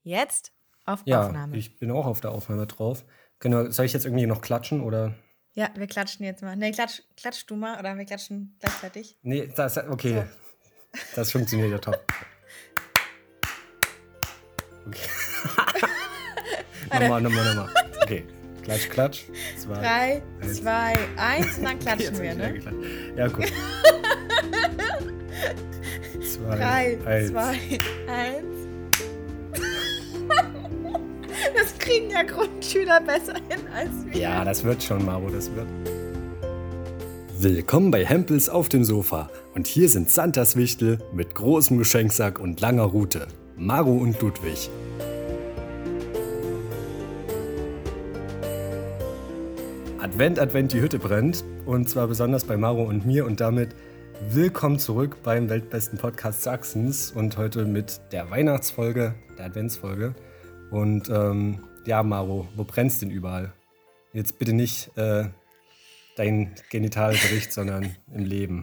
Jetzt auf Ja, Aufnahme. ich bin auch auf der Aufnahme drauf. Soll ich jetzt irgendwie noch klatschen oder? Ja, wir klatschen jetzt mal. Nee, klatsch du mal oder wir klatschen gleichzeitig. Nee, okay. So. Das funktioniert ja top. Okay. nochmal. Okay. Klatsch, klatsch. 3, 2, 1 und dann klatschen wir, ne? Ja, gut. 3, 2, 1. Das kriegen ja Grundschüler besser hin als wir. Ja, das wird schon, Maro, das wird. Willkommen bei Hempels auf dem Sofa. Und hier sind Santas Wichtel mit großem Geschenksack und langer Rute. Maro und Ludwig. Advent, die Hütte brennt. Und zwar besonders bei Maro und mir. Und damit willkommen zurück beim weltbesten Podcast Sachsens. Und heute mit der Weihnachtsfolge, der Adventsfolge. Und ja, Maro, wo brennt's denn überall? Jetzt bitte nicht dein Genitalbericht, sondern im Leben.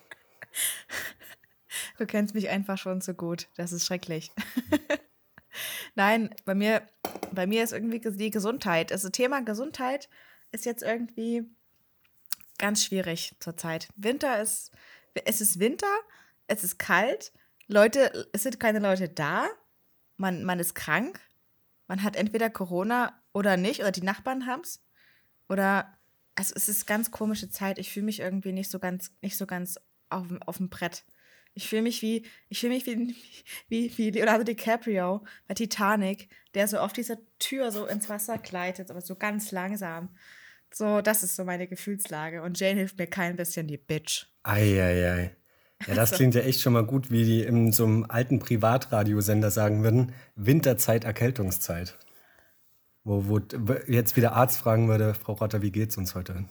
Du kennst mich einfach schon so gut. Das ist schrecklich. Nein, bei mir ist irgendwie die Gesundheit. Also Thema Gesundheit ist jetzt irgendwie ganz schwierig zurzeit. Es ist Winter, es ist kalt, es sind keine Leute da, man ist krank, man hat entweder Corona oder nicht, oder die Nachbarn haben's. Also es ist ganz komische Zeit. Ich fühle mich irgendwie nicht so ganz auf dem Brett. Ich fühle mich wie Leonardo DiCaprio bei Titanic, der so auf dieser Tür so ins Wasser gleitet, aber so ganz langsam. So, das ist so meine Gefühlslage. Und Jane hilft mir kein bisschen, die Bitch. Eieiei. Ja, das klingt ja echt schon mal gut, wie die in so einem alten Privatradiosender sagen würden, Winterzeit, Erkältungszeit. Wo jetzt wieder Arzt fragen würde, Frau Rotter, wie geht's uns heute?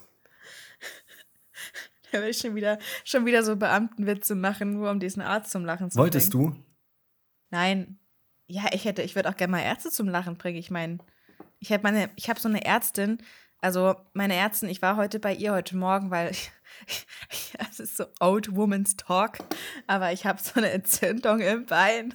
Da will ich schon wieder so Beamtenwitze machen, nur um diesen Arzt zum Lachen zu bringen. Wolltest du? Nein. Ja, ich würde auch gerne mal Ärzte zum Lachen bringen. Ich meine, ich habe so eine Ärztin, also meine Ärztin, ich war heute bei ihr heute Morgen, weil es ist so Old Woman's Talk, aber ich habe so eine Entzündung im Bein.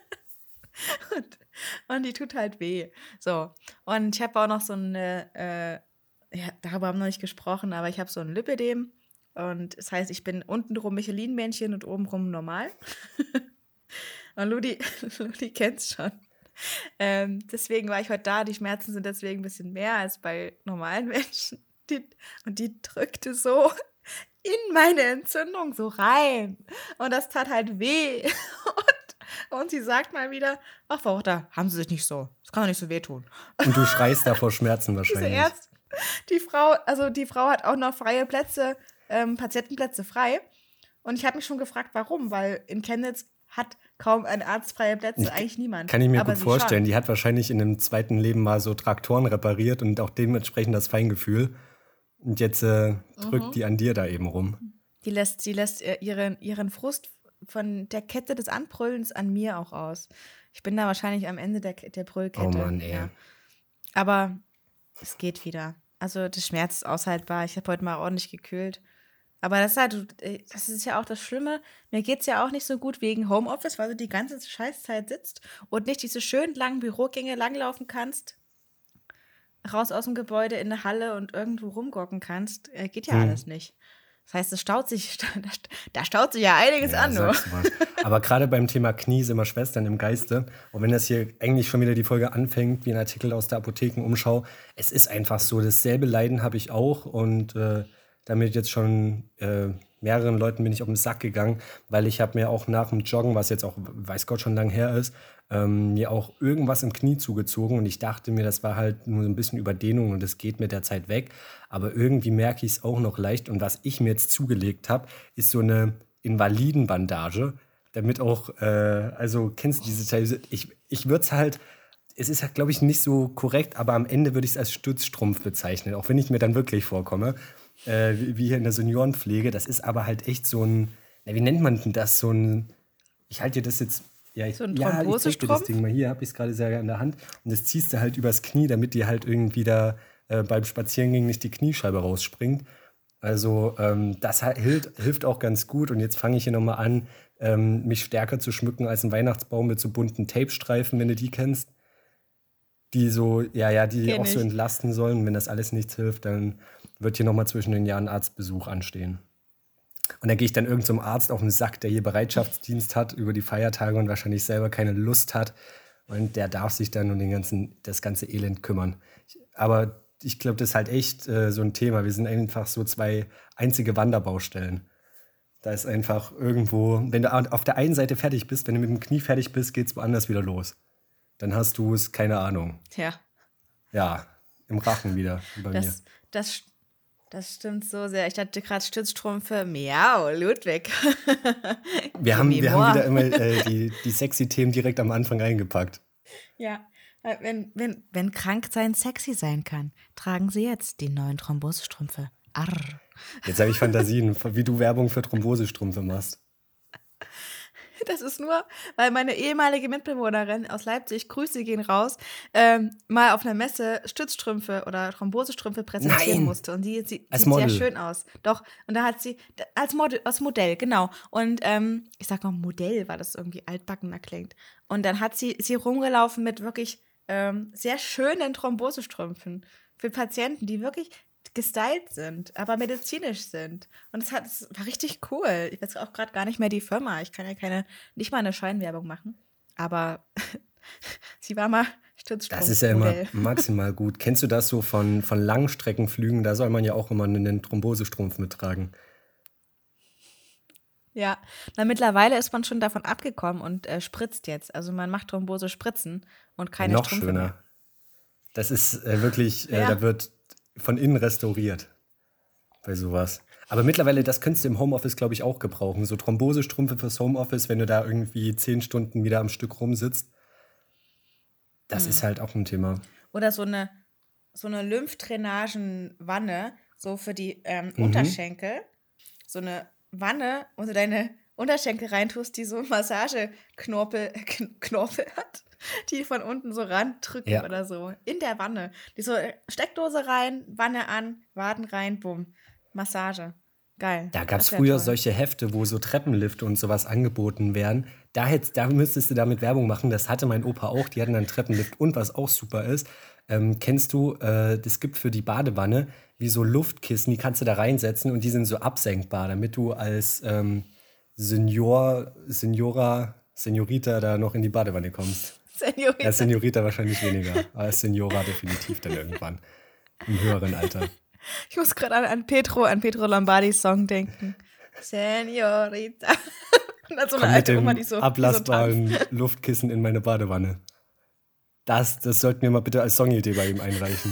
Und die tut halt weh. So. Und ich habe auch noch so eine, darüber haben wir noch nicht gesprochen, aber ich habe so ein Lipödem. Und das heißt, ich bin untenrum Michelin-Männchen und obenrum normal. Und Ludi kennt's schon. Deswegen war ich heute da. Die Schmerzen sind deswegen ein bisschen mehr als bei normalen Menschen. Und die drückte so in meine Entzündung so rein. Und das tat halt weh. Und sie sagt mal wieder, ach, Frau Rotter, haben Sie sich nicht so. Das kann doch nicht so wehtun. Und du schreist da vor Schmerzen wahrscheinlich. Diese Ärzte, die Frau hat auch noch freie Plätze, Patientenplätze frei. Und ich habe mich schon gefragt, warum, weil in Chemnitz hat kaum ein Arzt freie Plätze, eigentlich niemand. Kann ich mir gut vorstellen. Die hat wahrscheinlich in einem zweiten Leben mal so Traktoren repariert und auch dementsprechend das Feingefühl. Und jetzt drückt die an dir da eben rum. Die lässt ihren Frust von der Kette des Anbrüllens an mir auch aus. Ich bin da wahrscheinlich am Ende der Brüllkette. Oh Mann, ey. Ja. Aber es geht wieder. Also der Schmerz ist aushaltbar. Ich habe heute mal ordentlich gekühlt. Aber das ist ja auch das Schlimme. Mir geht es ja auch nicht so gut wegen Homeoffice, weil du die ganze Scheißzeit sitzt und nicht diese schönen langen Bürogänge langlaufen kannst, raus aus dem Gebäude in eine Halle und irgendwo rumgocken kannst. Geht ja alles nicht. Das heißt, da staut sich ja einiges an, nur. Aber gerade beim Thema Knie sind wir Schwestern im Geiste. Und wenn das hier eigentlich schon wieder die Folge anfängt, wie ein Artikel aus der Apothekenumschau, es ist einfach so, dasselbe Leiden habe ich auch. Und damit jetzt schon mehreren Leuten bin ich auf den Sack gegangen, weil ich habe mir auch nach dem Joggen, was jetzt auch, weiß Gott, schon lang her ist, mir auch irgendwas im Knie zugezogen und ich dachte mir, das war halt nur so ein bisschen Überdehnung und das geht mit der Zeit weg, aber irgendwie merke ich es auch noch leicht und was ich mir jetzt zugelegt habe, ist so eine Invalidenbandage, damit auch, also kennst du diese Teile, ich würde es halt, es ist halt, glaube ich, nicht so korrekt, aber am Ende würde ich es als Stützstrumpf bezeichnen, auch wenn ich mir dann wirklich vorkomme, wie hier in der Seniorenpflege, das ist aber halt echt so ein, wie nennt man denn das, so ein, ich halte dir das jetzt, so ein ich zeig dir das Thrombosestrumpf? Ding mal, hier habe ich es gerade sehr in der Hand und das ziehst du halt übers Knie, damit dir halt irgendwie da beim Spazierengehen nicht die Kniescheibe rausspringt. Also das hilft auch ganz gut und jetzt fange ich hier nochmal an, mich stärker zu schmücken als ein Weihnachtsbaum mit so bunten Tapestreifen, wenn du die kennst. die so, die Kenn auch so ich. entlasten sollen. Wenn das alles nichts hilft, dann wird hier nochmal zwischen den Jahren Arztbesuch anstehen. Und dann gehe ich dann irgend zum Arzt auf den Sack, der hier Bereitschaftsdienst hat über die Feiertage und wahrscheinlich selber keine Lust hat. Und der darf sich dann um das ganze Elend kümmern. Aber ich glaube, das ist halt echt so ein Thema. Wir sind einfach so zwei einzige Wanderbaustellen. Da ist einfach irgendwo, wenn du auf der einen Seite fertig bist, wenn du mit dem Knie fertig bist, geht es woanders wieder los. Dann hast du es, keine Ahnung. Ja, Ja, im Rachen wieder bei mir. das, das stimmt so sehr. Ich hatte gerade Stützstrümpfe. Miau, Ludwig. Wir haben Mimor. wieder immer die sexy Themen direkt am Anfang eingepackt. Ja, wenn krank sein sexy sein kann, tragen Sie jetzt die neuen Thrombosestrümpfe. Arr. Jetzt habe ich Fantasien, wie du Werbung für Thrombosestrümpfe machst. Das ist nur, weil meine ehemalige Mitbewohnerin aus Leipzig, Grüße gehen raus, mal auf einer Messe Stützstrümpfe oder Thrombosestrümpfe präsentieren Nein! musste. Und die sieht Als sehr Model. schön aus. Doch, und da hat sie, als Modell, genau. Und ich sag mal Modell, weil das irgendwie altbackener klingt. Und dann hat sie rumgelaufen mit wirklich sehr schönen Thrombosestrümpfen für Patienten, die wirklich gestylt sind, aber medizinisch sind. Und es war richtig cool. Ich weiß auch gerade gar nicht mehr die Firma. Ich kann ja nicht mal eine Scheinwerbung machen. Aber sie war mal Stützstrumpf. Das ist ja immer maximal gut. Kennst du das so von Langstreckenflügen? Da soll man ja auch immer einen Thrombosestrumpf mittragen. Ja, mittlerweile ist man schon davon abgekommen und spritzt jetzt. Also man macht Thrombose-Spritzen und keine Noch Strümpfe schöner. mehr. Das ist wirklich, Ja. da wird von innen restauriert bei sowas. Aber mittlerweile, das könntest du im Homeoffice, glaube ich, auch gebrauchen. So Thrombosestrümpfe fürs Homeoffice, wenn du da irgendwie 10 Stunden wieder am Stück rumsitzt. Das ist halt auch ein Thema. Oder so eine Lymphdrainagenwanne, so für die Unterschenkel. So eine Wanne, wo du deine Unterschenkel reintust, die so Massageknorpel hat, die von unten so randrücken Ja. oder so. In der Wanne. Die so Steckdose rein, Wanne an, Waden rein, bumm. Massage. Geil. Da gab es Das wär früher toll. solche Hefte, wo so Treppenlifte und sowas angeboten werden. Da müsstest du damit Werbung machen. Das hatte mein Opa auch. Die hatten einen Treppenlift. Und was auch super ist, kennst du, das gibt für die Badewanne wie so Luftkissen, die kannst du da reinsetzen und die sind so absenkbar, damit du als Senorita da noch in die Badewanne kommst. Senorita. Als Senorita wahrscheinlich weniger, aber als Senora definitiv dann irgendwann. Im höheren Alter. Ich muss gerade an Petro Lombardis Song denken. Senorita. Und dann so eine Komm mit alte dem Oma, die so tanzt. ablassbaren Luftkissen in meine Badewanne. Das sollten wir mal bitte als Songidee bei ihm einreichen.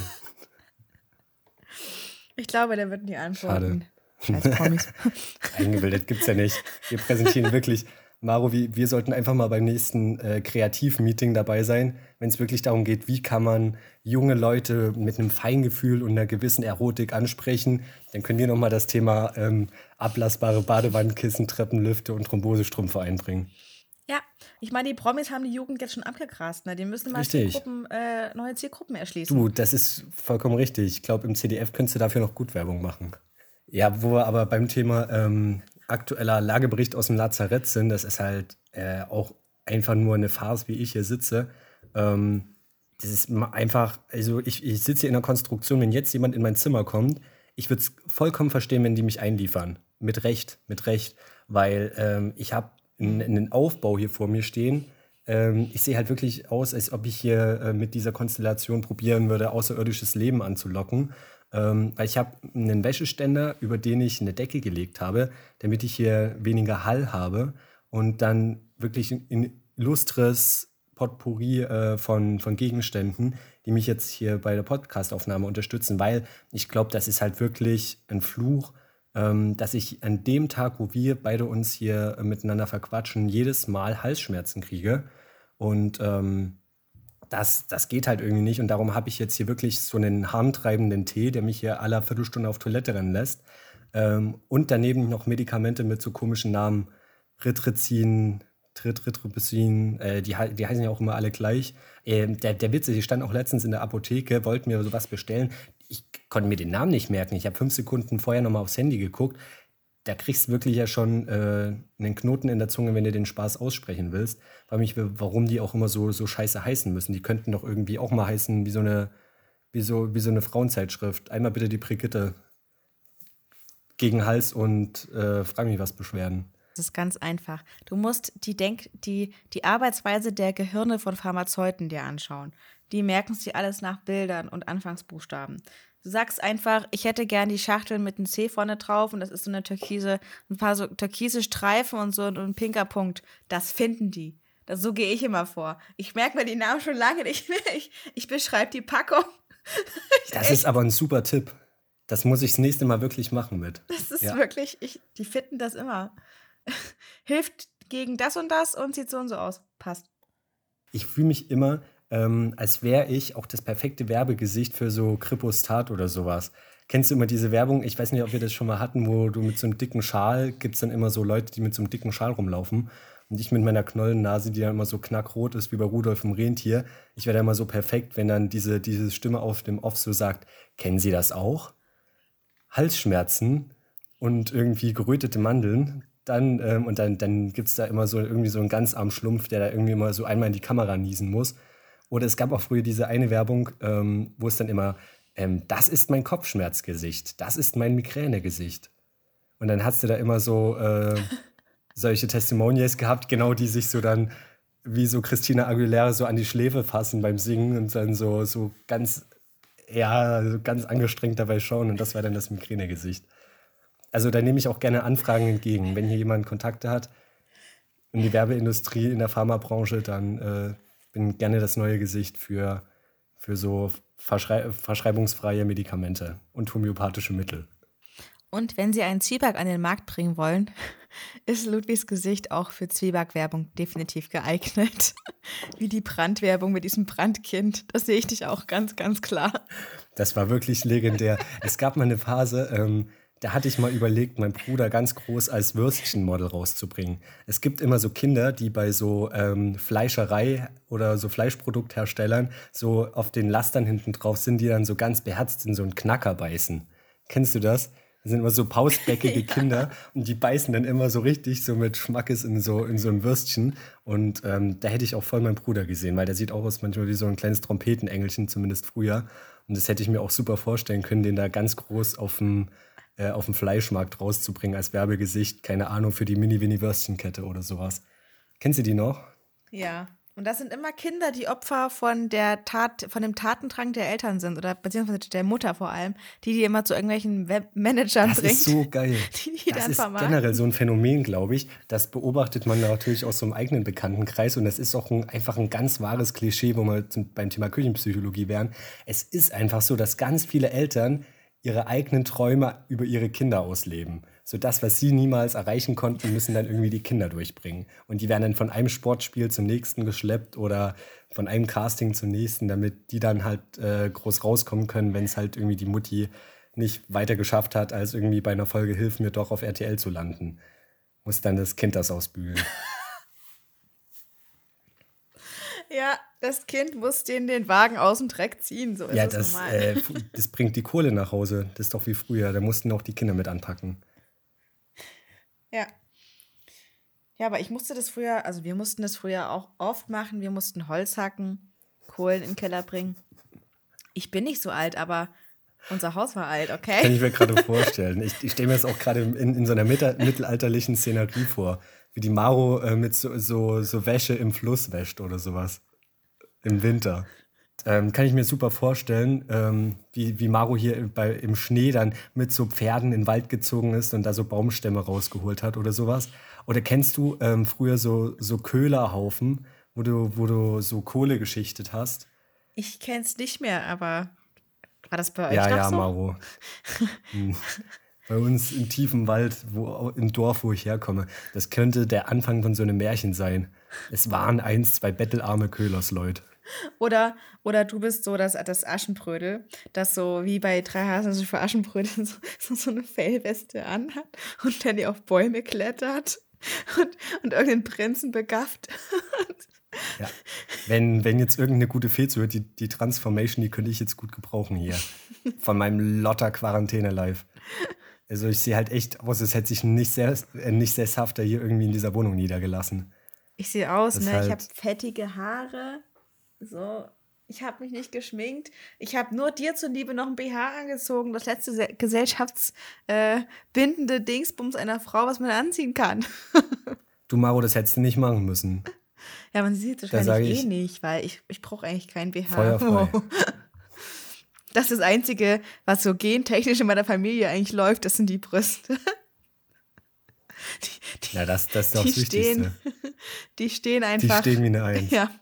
Ich glaube, der wird nie antworten. Scheiß Promis. Eingebildet gibt's ja nicht. Wir präsentieren wirklich, Maro, wir sollten einfach mal beim nächsten Kreativmeeting dabei sein, wenn es wirklich darum geht, wie kann man junge Leute mit einem Feingefühl und einer gewissen Erotik ansprechen. Dann können wir nochmal das Thema ablassbare Badewannenkissen, Treppenlifte und Thrombosestrümpfe einbringen. Ja, ich meine, die Promis haben die Jugend jetzt schon abgegrast. Ne? Die müssen mal Richtig. neue Zielgruppen erschließen. Du, das ist vollkommen richtig. Ich glaube, im CDF könntest du dafür noch gut Werbung machen. Ja, wo wir aber beim Thema aktueller Lagebericht aus dem Lazarett sind, das ist halt auch einfach nur eine Farce, wie ich hier sitze. Das ist einfach, also ich sitze hier in einer Konstruktion, wenn jetzt jemand in mein Zimmer kommt, ich würde es vollkommen verstehen, wenn die mich einliefern. Mit Recht, weil ich habe einen Aufbau hier vor mir stehen. Ich sehe halt wirklich aus, als ob ich hier mit dieser Konstellation probieren würde, außerirdisches Leben anzulocken. Weil ich habe einen Wäscheständer, über den ich eine Decke gelegt habe, damit ich hier weniger Hall habe und dann wirklich ein illustres Potpourri von Gegenständen, die mich jetzt hier bei der Podcastaufnahme unterstützen, weil ich glaube, das ist halt wirklich ein Fluch, dass ich an dem Tag, wo wir beide uns hier miteinander verquatschen, jedes Mal Halsschmerzen kriege. Und das geht halt irgendwie nicht. Und darum habe ich jetzt hier wirklich so einen harntreibenden Tee, der mich hier alle Viertelstunde auf Toilette rennen lässt. Und daneben noch Medikamente mit so komischen Namen. Ritrizin, Tritropicin, die heißen ja auch immer alle gleich. Der Witz ist, ich stand auch letztens in der Apotheke, wollte mir sowas bestellen. Ich konnte mir den Namen nicht merken. Ich habe 5 Sekunden vorher nochmal aufs Handy geguckt. da kriegst du wirklich ja schon einen Knoten in der Zunge, wenn du den Spaß aussprechen willst. Frag mich, warum die auch immer so scheiße heißen müssen. Die könnten doch irgendwie auch mal heißen wie so eine Frauenzeitschrift. Einmal bitte die Brigitte gegen Hals und frag mich was Beschwerden. Das ist ganz einfach. Du musst die Arbeitsweise der Gehirne von Pharmazeuten dir anschauen. Die merken sich alles nach Bildern und Anfangsbuchstaben. Du sagst einfach, ich hätte gern die Schachtel mit einem C vorne drauf und das ist so ein paar so türkise Streifen und so ein pinker Punkt. Das finden die. So gehe ich immer vor. Ich merke mir die Namen schon lange nicht mehr. Ich beschreibe die Packung. Das ist aber ein super Tipp. Das muss ich das nächste Mal wirklich machen mit. Das ist Ja. wirklich, die finden das immer. Hilft gegen das und sieht so und so aus. Passt. Ich fühle mich immer, als wäre ich auch das perfekte Werbegesicht für so Kripostat oder sowas. Kennst du immer diese Werbung? Ich weiß nicht, ob wir das schon mal hatten, wo du mit so einem dicken Schal, gibt es dann immer so Leute, die mit so einem dicken Schal rumlaufen. Und ich mit meiner Knollennase, die dann immer so knackrot ist wie bei Rudolf im Rentier. Ich wäre da immer so perfekt, wenn dann diese Stimme auf dem Off so sagt, kennen Sie das auch? Halsschmerzen und irgendwie gerötete Mandeln. Dann gibt es da immer so irgendwie so einen ganz armen Schlumpf, der da irgendwie immer so einmal in die Kamera niesen muss. Oder es gab auch früher diese eine Werbung, wo es dann immer, das ist mein Kopfschmerzgesicht, das ist mein Migränegesicht. Und dann hast du da immer so solche Testimonials gehabt, genau, die sich so dann wie so Christina Aguilera so an die Schläfe fassen beim Singen und dann so ganz, ja, so ganz angestrengt dabei schauen. Und das war dann das Migränegesicht. Also da nehme ich auch gerne Anfragen entgegen. Wenn hier jemand Kontakte hat in die Werbeindustrie, in der Pharmabranche, dann bin gerne das neue Gesicht für so verschreibungsfreie Medikamente und homöopathische Mittel. Und wenn Sie einen Zwieback an den Markt bringen wollen, ist Ludwigs Gesicht auch für Zwieback-Werbung definitiv geeignet. Wie die Brandwerbung mit diesem Brandkind. Das sehe ich dich auch ganz, ganz klar. Das war wirklich legendär. Es gab mal eine Phase, da hatte ich mal überlegt, meinen Bruder ganz groß als Würstchenmodel rauszubringen. Es gibt immer so Kinder, die bei so Fleischerei oder so Fleischproduktherstellern so auf den Lastern hinten drauf sind, die dann so ganz beherzt in so einen Knacker beißen. Kennst du das? Das sind immer so pausbäckige Kinder und die beißen dann immer so richtig so mit Schmackes in so ein Würstchen. Und da hätte ich auch voll meinen Bruder gesehen, weil der sieht auch aus manchmal wie so ein kleines Trompetenengelchen, zumindest früher. Und das hätte ich mir auch super vorstellen können, den da ganz groß auf dem Fleischmarkt rauszubringen als Werbegesicht. Keine Ahnung, für die Mini-Würstchenkette oder sowas. Kennst du die noch? Ja. Und das sind immer Kinder, die Opfer von dem Tatendrang der Eltern sind oder beziehungsweise der Mutter vor allem, die immer zu irgendwelchen Webmanagern bringt. Das ist so geil. Die Das dann ist vermarkten. generell so ein Phänomen, glaube ich. Das beobachtet man natürlich aus so einem eigenen Bekanntenkreis und das ist auch einfach ein ganz wahres Klischee, wo wir beim Thema Küchenpsychologie wären. Es ist einfach so, dass ganz viele Eltern ihre eigenen Träume über ihre Kinder ausleben. So das, was sie niemals erreichen konnten, müssen dann irgendwie die Kinder durchbringen. Und die werden dann von einem Sportspiel zum nächsten geschleppt oder von einem Casting zum nächsten, damit die dann halt groß rauskommen können, wenn es halt irgendwie die Mutti nicht weiter geschafft hat, als irgendwie bei einer Folge Hilf mir doch auf RTL zu landen. Muss dann das Kind das ausbügeln. Ja, das Kind muss den Wagen aus dem Dreck ziehen, so ist Ja, es normal. das bringt die Kohle nach Hause. Das ist doch wie früher. Da mussten auch die Kinder mit anpacken. Ja. Ja, aber wir mussten das früher auch oft machen. Wir mussten Holz hacken, Kohlen in den Keller bringen. Ich bin nicht so alt, aber unser Haus war alt, Kann okay? ich mir gerade vorstellen. Ich stelle mir das auch gerade in so einer mittelalterlichen Szenerie vor. Wie die Maro mit so Wäsche im Fluss wäscht oder sowas. Im Winter. Kann ich mir super vorstellen, wie Maro hier im Schnee dann mit so Pferden in den Wald gezogen ist und da so Baumstämme rausgeholt hat oder sowas. Oder kennst du früher so Köhlerhaufen, wo du so Kohle geschichtet hast? Ich kenn's nicht mehr, aber war das bei euch Ja, noch ja, so? Maro. Hm. Bei uns im tiefen Wald, im Dorf, wo ich herkomme. Das könnte der Anfang von so einem Märchen sein. Es waren einst zwei bettelarme Köhlersleut. Oder du bist so das Aschenbrödel, das so wie bei drei Haselnüsse für Aschenbrödel so eine Fellweste anhat und dann die auf Bäume klettert und irgendeinen Prinzen begafft. Ja. Wenn jetzt irgendeine gute Fee zuhört, die Transformation, die könnte ich jetzt gut gebrauchen hier. Von meinem Lotter Quarantäne-Live. Also ich sehe halt echt aus, als hätte sich nicht sesshafter hier irgendwie in dieser Wohnung niedergelassen. Ich sehe aus, Das ist ne? Ich habe halt, fettige Haare. So. Ich habe mich nicht geschminkt. Ich habe nur dir zuliebe noch ein BH angezogen. Das letzte gesellschaftsbindende Dingsbums einer Frau, was man anziehen kann. du Maro, das hättest du nicht machen müssen. Ja, man sieht es Da wahrscheinlich sage eh ich, nicht, weil ich brauche eigentlich kein BH. feuerfrei. Wow. Das ist das Einzige, was so gentechnisch in meiner Familie eigentlich läuft, das sind die Brüste. Die, Na, das ist doch die das stehen, Wichtigste. die stehen Die einfach, stehen wie eine Eins. ja.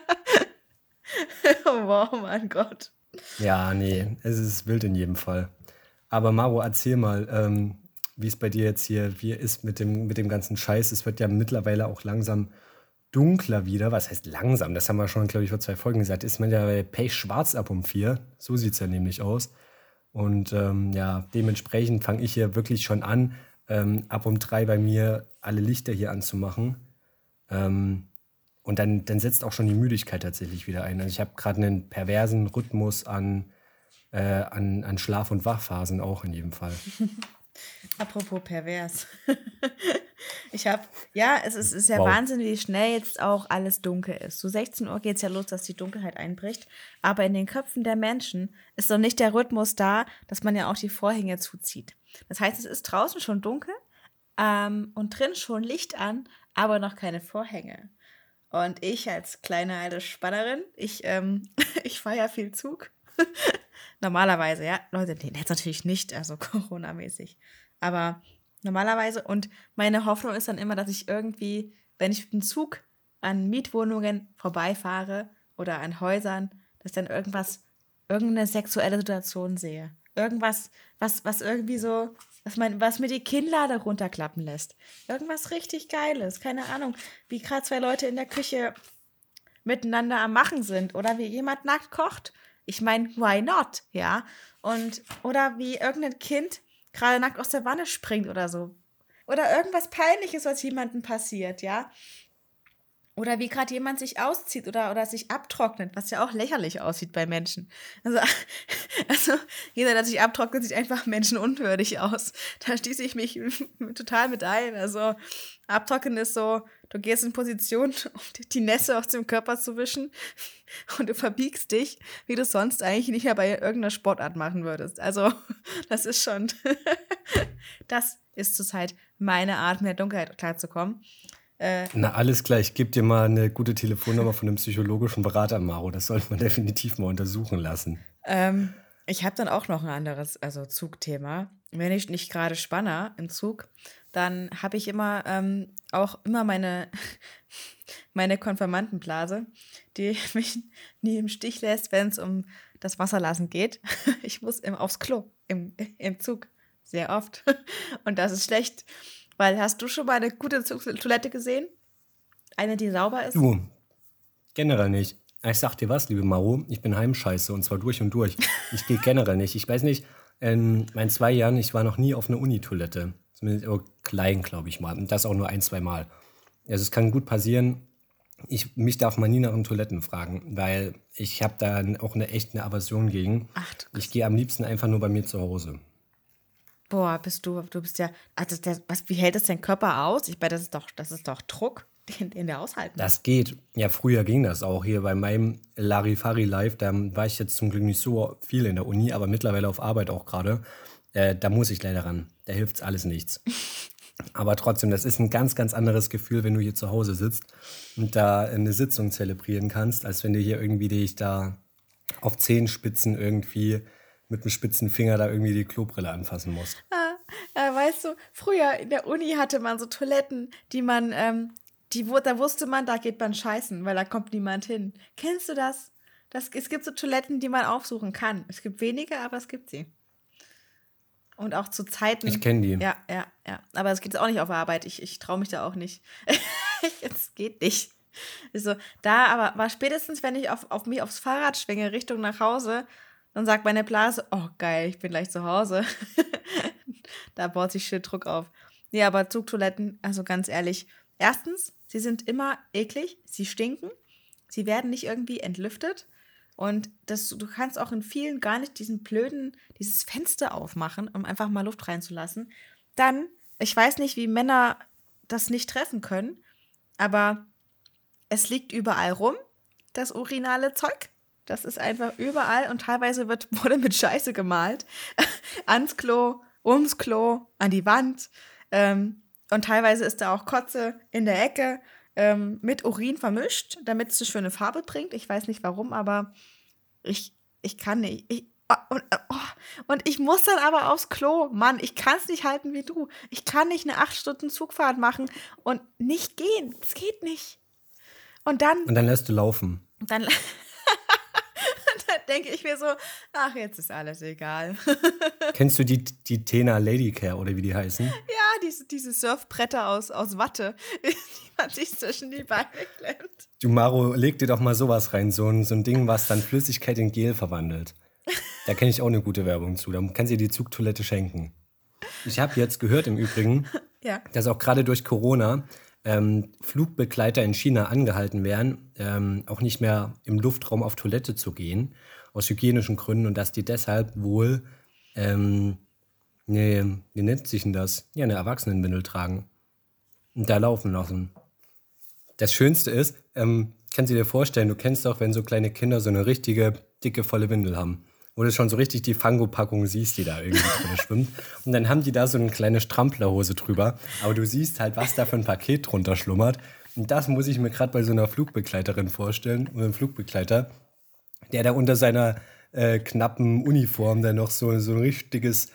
Oh, wow, mein Gott. Ja, nee, es ist wild in jedem Fall. Aber Maro, erzähl mal, wie es bei dir jetzt hier wie ist mit dem ganzen Scheiß. Es wird ja mittlerweile auch langsam dunkler wieder. Was heißt langsam? Das haben wir schon, glaube ich, vor 2 Folgen gesagt. Ist man ja bei pechschwarz ab um 4. So sieht es ja nämlich aus. Und ja, dementsprechend fange ich hier wirklich schon an, ab um 3 bei mir alle Lichter hier anzumachen. Ähm, und dann setzt auch schon die Müdigkeit tatsächlich wieder ein. Also ich habe gerade einen perversen Rhythmus an Schlaf- und Wachphasen auch in jedem Fall. Apropos pervers. Ja, es ist ja Wow. Wahnsinn, wie schnell jetzt auch alles dunkel ist. So 16 Uhr geht es ja los, dass die Dunkelheit einbricht. Aber in den Köpfen der Menschen ist noch nicht der Rhythmus da, dass man ja auch die Vorhänge zuzieht. Das heißt, es ist draußen schon dunkel und drin schon Licht an, aber noch keine Vorhänge. Und ich als kleine alte Spannerin, ich fahre ja viel Zug. Normalerweise, ja. Leute, nee, jetzt natürlich nicht, also Corona-mäßig. Aber normalerweise. Und meine Hoffnung ist dann immer, dass ich irgendwie, wenn ich mit dem Zug an Mietwohnungen vorbeifahre oder an Häusern, dass dann irgendeine sexuelle Situation sehe. Irgendwas, was irgendwie so, was mir die Kinnlade runterklappen lässt. Irgendwas richtig Geiles. Keine Ahnung, wie gerade 2 Leute in der Küche miteinander am Machen sind oder wie jemand nackt kocht. Ich meine, why not? Ja. Oder wie irgendein Kind gerade nackt aus der Wanne springt oder so. Oder irgendwas Peinliches, was jemandem passiert, ja. Oder wie gerade jemand sich auszieht oder sich abtrocknet, was ja auch lächerlich aussieht bei Menschen. Also jeder, der sich abtrocknet, sieht einfach menschenunwürdig aus. Da schließe ich mich total mit ein. Also abtrocknen ist so, du gehst in Position, um die Nässe aus dem Körper zu wischen und du verbiegst dich, wie du sonst eigentlich nicht mehr bei irgendeiner Sportart machen würdest. Also das ist schon, das ist zurzeit meine Art, mit der Dunkelheit klarzukommen. Na, alles klar. Ich gebe dir mal eine gute Telefonnummer von einem psychologischen Berater, Maro. Das sollte man definitiv mal untersuchen lassen. Ich habe dann auch noch ein anderes, also Zugthema. Wenn ich nicht gerade spanne im Zug, dann habe ich immer auch immer meine Konfirmandenblase, die mich nie im Stich lässt, wenn es um das Wasserlassen geht. Ich muss aufs Klo im Zug. Sehr oft. Und das ist schlecht. Weil hast du schon mal eine gute Toilette gesehen? Eine, die sauber ist? Du, generell nicht. Ich sag dir was, liebe Maro, ich bin Heimscheiße und zwar durch und durch. Ich gehe generell nicht. Ich weiß nicht, in meinen 2 Jahren, ich war noch nie auf einer Unitoilette. Zumindest klein, glaube ich mal. Und das auch nur 1, 2 Mal. Also es kann gut passieren. Mich darf man nie nach den Toiletten fragen, weil ich habe da auch echt eine Aversion gegen. Ach, du Ich gehe am liebsten einfach nur bei mir zu Hause. boah, du bist ja, also wie hält das dein Körper aus? Ich meine, das ist doch Druck, den der aushalten muss. Das geht. Ja, früher ging das auch hier bei meinem Larifari-Life. Da war ich jetzt zum Glück nicht so viel in der Uni, aber mittlerweile auf Arbeit auch gerade. Da muss ich leider ran. Da hilft's alles nichts. Aber trotzdem, das ist ein ganz, ganz anderes Gefühl, wenn du hier zu Hause sitzt und da eine Sitzung zelebrieren kannst, als wenn du hier irgendwie dich da auf Zehenspitzen irgendwie mit einem spitzen Finger da irgendwie die Klobrille anfassen musst. Weißt du, früher in der Uni hatte man so Toiletten, da wusste man, da geht man scheißen, weil da kommt niemand hin. Kennst du das? Es gibt so Toiletten, die man aufsuchen kann. Es gibt wenige, aber es gibt sie. Und auch zu Zeiten. Ich kenne die. Ja, ja, ja. Aber es geht auch nicht auf der Arbeit. Ich traue mich da auch nicht. Es geht nicht. Also, aber war spätestens, wenn ich auf mich aufs Fahrrad schwinge, Richtung nach Hause, dann sagt meine Blase, oh geil, ich bin gleich zu Hause. Da baut sich schön Druck auf. Nee, aber Zugtoiletten, also ganz ehrlich, erstens, sie sind immer eklig, sie stinken, sie werden nicht irgendwie entlüftet Und du kannst auch in vielen gar nicht dieses Fenster aufmachen, um einfach mal Luft reinzulassen. Dann, ich weiß nicht, wie Männer das nicht treffen können, aber es liegt überall rum, das urinale Zeug. Das ist einfach überall und teilweise wurde mit Scheiße gemalt. Ans Klo, ums Klo, an die Wand. Und teilweise ist da auch Kotze in der Ecke mit Urin vermischt, damit es eine schöne Farbe bringt. Ich weiß nicht warum, aber ich kann nicht. Und ich muss dann aber aufs Klo. Mann, ich kann es nicht halten wie du. Ich kann nicht eine 8 Stunden Zugfahrt machen und nicht gehen. Es geht nicht. Und dann lässt du laufen. dann denke ich mir so, ach, jetzt ist alles egal. Kennst du die Tena Ladycare oder wie die heißen? Ja, diese Surfbretter aus Watte, die man sich zwischen die Beine klemmt. Du, Maro, leg dir doch mal sowas rein, so ein Ding, was dann Flüssigkeit in Gel verwandelt. Da kenne ich auch eine gute Werbung zu. Da kannst du dir die Zugtoilette schenken. Ich habe jetzt gehört im Übrigen, Ja. dass auch gerade durch Corona Flugbegleiter in China angehalten werden, auch nicht mehr im Luftraum auf Toilette zu gehen, aus hygienischen Gründen, und dass die deshalb wohl, wie nennt sich denn das? Ja, eine Erwachsenenwindel tragen und da laufen lassen. Das Schönste ist, kannst du dir vorstellen, du kennst doch, wenn so kleine Kinder so eine richtige, dicke, volle Windel haben, wo du schon so richtig die Fango-Packung siehst, die da irgendwie drin schwimmt. Und dann haben die da so eine kleine Stramplerhose drüber. Aber du siehst halt, was da für ein Paket drunter schlummert. Und das muss ich mir gerade bei so einer Flugbegleiterin vorstellen, oder einem Flugbegleiter, der da unter seiner knappen Uniform dann noch so ein richtiges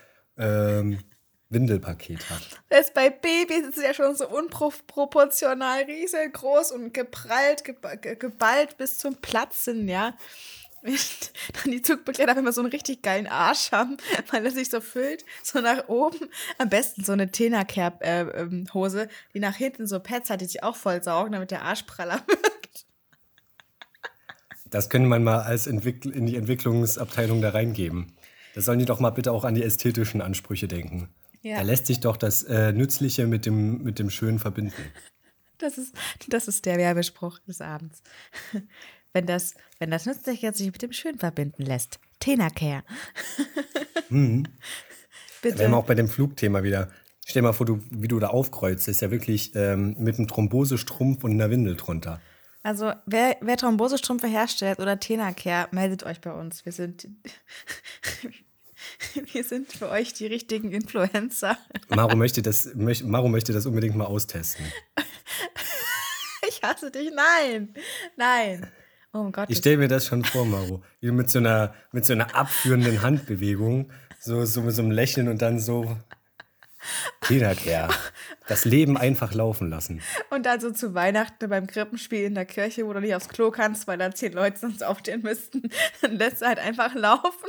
Windelpaket hat. Das bei Babys ist es ja schon so unproportional riesengroß und geballt bis zum Platzen, ja. Dann die Zugbegleiter, wenn wir so einen richtig geilen Arsch haben, weil er sich so füllt, so nach oben. Am besten so eine Tena-Hose, die nach hinten so Pads hat, die sich auch voll saugen, damit der Arsch praller wirkt. Das könnte man mal in die Entwicklungsabteilung da reingeben. Da sollen die doch mal bitte auch an die ästhetischen Ansprüche denken. Ja. Da lässt sich doch das Nützliche mit dem Schönen verbinden. Das ist der Werbespruch des Abends. Wenn das Nützliche sich mit dem Schön verbinden lässt. Tena-Care. Bitte. Bitte. Wären wir auch bei dem Flugthema wieder. Stell mal vor, wie du da aufkreuzt. Das ist ja wirklich mit einem Thrombosestrumpf und einer Windel drunter. Also, wer Thrombosestrümpfe herstellt oder Tena-Care, meldet euch bei uns. Wir sind für euch die richtigen Influencer. Maro möchte das unbedingt mal austesten. Ich hasse dich. Nein. Oh mein Gott. Ich stelle mir das schon vor, Maro. Wie du mit so einer abführenden Handbewegung, so mit so einem Lächeln und dann so Tena-Care. Das Leben einfach laufen lassen. Und dann so zu Weihnachten beim Krippenspiel in der Kirche, wo du nicht aufs Klo kannst, weil da 10 Leute sonst aufstehen müssten, dann lässt du halt einfach laufen.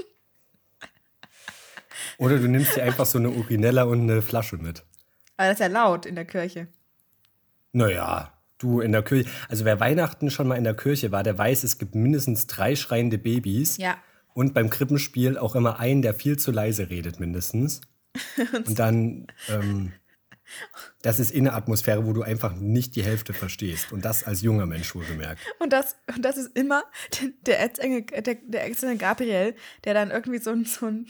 Oder du nimmst dir einfach so eine Urinella und eine Flasche mit. Aber das ist ja laut in der Kirche. Naja, du in der Kirche. Also wer Weihnachten schon mal in der Kirche war, der weiß, es gibt mindestens 3 schreiende Babys. Ja. Und beim Krippenspiel auch immer einen, der viel zu leise redet, mindestens. Und dann, das ist in eine Atmosphäre, wo du einfach nicht die Hälfte verstehst. Und das als junger Mensch wohlgemerkt. Und das ist immer der Erzengel Gabriel, der dann irgendwie so ein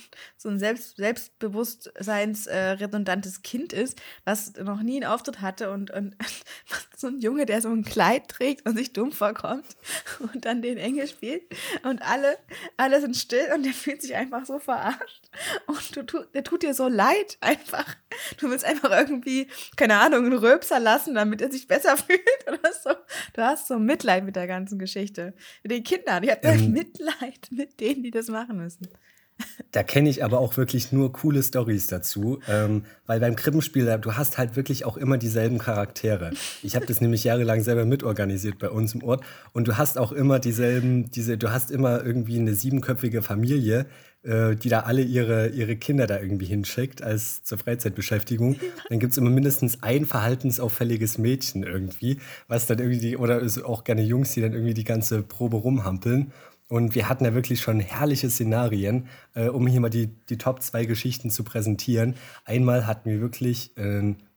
selbstbewusstseinsredundantes Kind ist, was noch nie einen Auftritt hatte und so ein Junge, der so ein Kleid trägt und sich dumm vorkommt und dann den Engel spielt und alle sind still und der fühlt sich einfach so verarscht und der tut dir so leid einfach. Du willst einfach irgendwie, keine Ahnung, einen Röpser lassen, damit er sich besser fühlt oder so. Du hast so Mitleid mit der ganzen Geschichte. Mit den Kindern. Ich habe Mitleid mit denen, die das machen müssen. Da kenne ich aber auch wirklich nur coole Storys dazu, weil beim Krippenspiel, du hast halt wirklich auch immer dieselben Charaktere. Ich habe das nämlich jahrelang selber mitorganisiert bei uns im Ort und du hast auch immer du hast immer irgendwie eine 7-köpfige Familie, die da alle ihre Kinder da irgendwie hinschickt als zur Freizeitbeschäftigung. Dann gibt es immer mindestens ein verhaltensauffälliges Mädchen irgendwie, was dann irgendwie, oder auch gerne Jungs, die dann irgendwie die ganze Probe rumhampeln. Und wir hatten ja wirklich schon herrliche Szenarien, um hier mal die Top 2 Geschichten zu präsentieren. Einmal hatten wir wirklich ein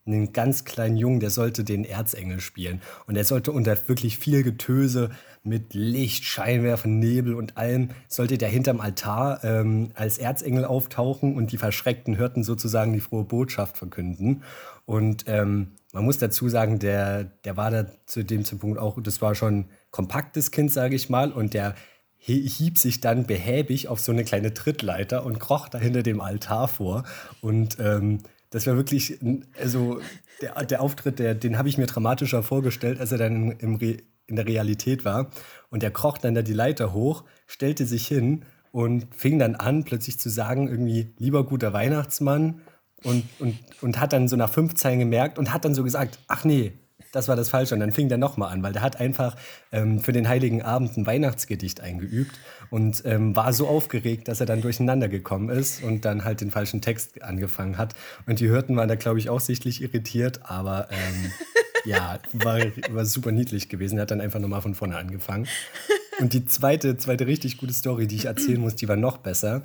einen ganz kleinen Jungen, der sollte den Erzengel spielen. Und der sollte unter wirklich viel Getöse mit Licht, Scheinwerfern, Nebel und allem, sollte der hinterm Altar als Erzengel auftauchen und die verschreckten Hirten sozusagen die frohe Botschaft verkünden. Und man muss dazu sagen, der war da zu dem Zeitpunkt auch, das war schon ein kompaktes Kind, sage ich mal, und der hieb sich dann behäbig auf so eine kleine Trittleiter und kroch da hinter dem Altar vor. Und das war wirklich, also der Auftritt, den habe ich mir dramatischer vorgestellt, als er dann in der Realität war. Und der kroch dann da die Leiter hoch, stellte sich hin und fing dann an, plötzlich zu sagen, irgendwie, lieber guter Weihnachtsmann. Und hat dann so nach 5 Zeilen gemerkt und hat dann so gesagt, ach nee, das war das Falsche. Und dann fing der nochmal an, weil der hat einfach für den Heiligen Abend ein Weihnachtsgedicht eingeübt und war so aufgeregt, dass er dann durcheinander gekommen ist und dann halt den falschen Text angefangen hat. Und die Hirten waren da, glaube ich, auch sichtlich irritiert, aber ja, war super niedlich gewesen. Er hat dann einfach nochmal von vorne angefangen. Und die zweite richtig gute Story, die ich erzählen muss, die war noch besser.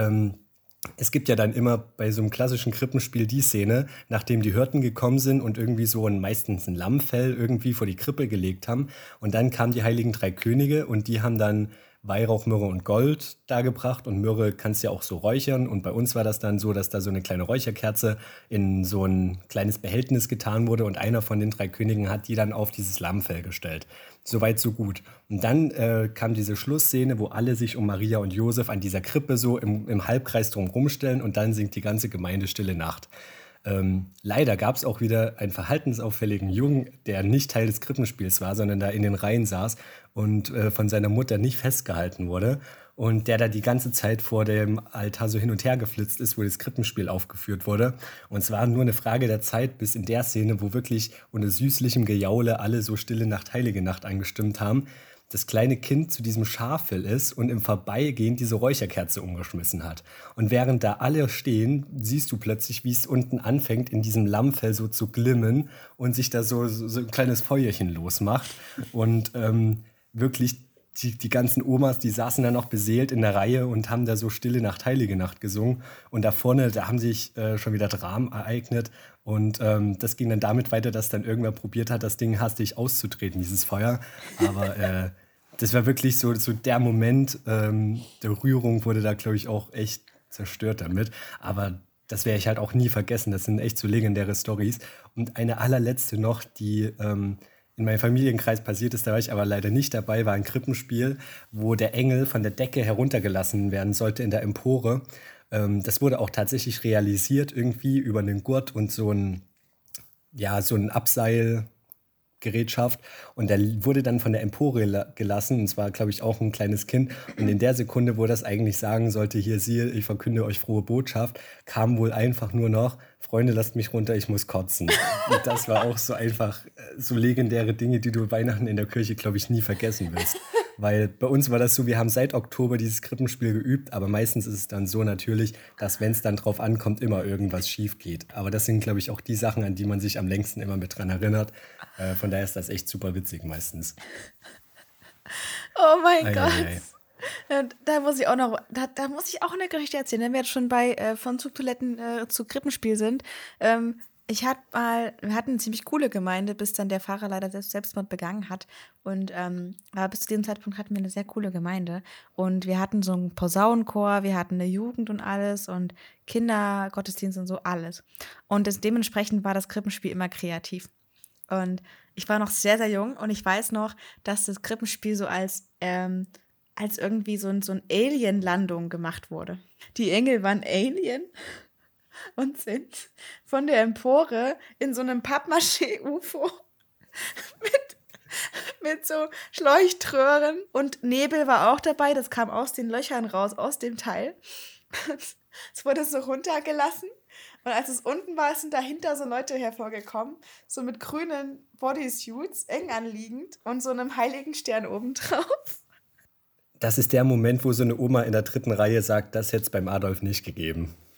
Es gibt ja dann immer bei so einem klassischen Krippenspiel die Szene, nachdem die Hirten gekommen sind und irgendwie so meistens ein Lammfell irgendwie vor die Krippe gelegt haben. Und dann kamen die heiligen 3 Könige und die haben dann Weihrauch, Myrrhe und Gold dargebracht. Und Myrrhe kannst du ja auch so räuchern. Und bei uns war das dann so, dass da so eine kleine Räucherkerze in so ein kleines Behältnis getan wurde. Und einer von den 3 Königen hat die dann auf dieses Lammfell gestellt. Soweit, so gut. Und dann kam diese Schlussszene, wo alle sich um Maria und Josef an dieser Krippe so im Halbkreis drumherum stellen und dann singt die ganze Gemeinde Stille Nacht. Leider gab es auch wieder einen verhaltensauffälligen Jungen, der nicht Teil des Krippenspiels war, sondern da in den Reihen saß und von seiner Mutter nicht festgehalten wurde. Und der da die ganze Zeit vor dem Altar so hin und her geflitzt ist, wo das Krippenspiel aufgeführt wurde. Und es war nur eine Frage der Zeit, bis in der Szene, wo wirklich unter süßlichem Gejaule alle so Stille Nacht, Heilige Nacht angestimmt haben, das kleine Kind zu diesem Schaffell ist und im Vorbeigehen diese Räucherkerze umgeschmissen hat. Und während da alle stehen, siehst du plötzlich, wie es unten anfängt, in diesem Lammfell so zu glimmen und sich da so ein kleines Feuerchen losmacht. Und wirklich die ganzen Omas, die saßen dann noch beseelt in der Reihe und haben da so Stille Nacht, Heilige Nacht gesungen. Und da vorne, da haben sich schon wieder Dramen ereignet. Und das ging dann damit weiter, dass dann irgendwer probiert hat, das Ding hastig auszutreten, dieses Feuer. Aber das war wirklich so der Moment der Rührung wurde da, glaube ich, auch echt zerstört damit. Aber das werde ich halt auch nie vergessen. Das sind echt so legendäre Storys. Und eine allerletzte noch, die in meinem Familienkreis passiert ist, da war ich aber leider nicht dabei, war ein Krippenspiel, wo der Engel von der Decke heruntergelassen werden sollte in der Empore. Das wurde auch tatsächlich realisiert irgendwie über einen Gurt und so ein Abseilgerätschaft. Und der wurde dann von der Empore gelassen. Und zwar, glaube ich, auch ein kleines Kind. Und in der Sekunde, wo das eigentlich sagen sollte, hier siehe, ich verkünde euch frohe Botschaft, kam wohl einfach nur noch, Freunde, lasst mich runter, ich muss kotzen. Und das war auch so einfach so legendäre Dinge, die du Weihnachten in der Kirche, glaube ich, nie vergessen wirst. Weil bei uns war das so, wir haben seit Oktober dieses Krippenspiel geübt, aber meistens ist es dann so natürlich, dass, wenn es dann drauf ankommt, immer irgendwas schief geht. Aber das sind, glaube ich, auch die Sachen, an die man sich am längsten immer mit dran erinnert. Von daher ist das echt super witzig meistens. Oh mein Gott. Da muss ich auch noch, da muss ich auch eine Geschichte erzählen, wenn wir jetzt schon bei von Zugtoiletten zu Krippenspiel sind. Wir hatten eine ziemlich coole Gemeinde, bis dann der Pfarrer leider Selbstmord begangen hat. Und aber bis zu dem Zeitpunkt hatten wir eine sehr coole Gemeinde. Und wir hatten so einen Posaunenchor, wir hatten eine Jugend und alles und Kindergottesdienst und so alles. Und dementsprechend war das Krippenspiel immer kreativ. Und ich war noch sehr, sehr jung und ich weiß noch, dass das Krippenspiel so als irgendwie so ein Alien-Landung gemacht wurde. Die Engel waren Alien und sind von der Empore in so einem Pappmaché-UFO mit so Leuchtröhren und Nebel war auch dabei, das kam aus den Löchern raus, aus dem Teil. Es wurde so runtergelassen und als es unten war, sind dahinter so Leute hervorgekommen, so mit grünen Bodysuits, eng anliegend und so einem heiligen Stern obendrauf. Das ist der Moment, wo so eine Oma in der 3. Reihe sagt, das hätte es beim Adolf nicht gegeben.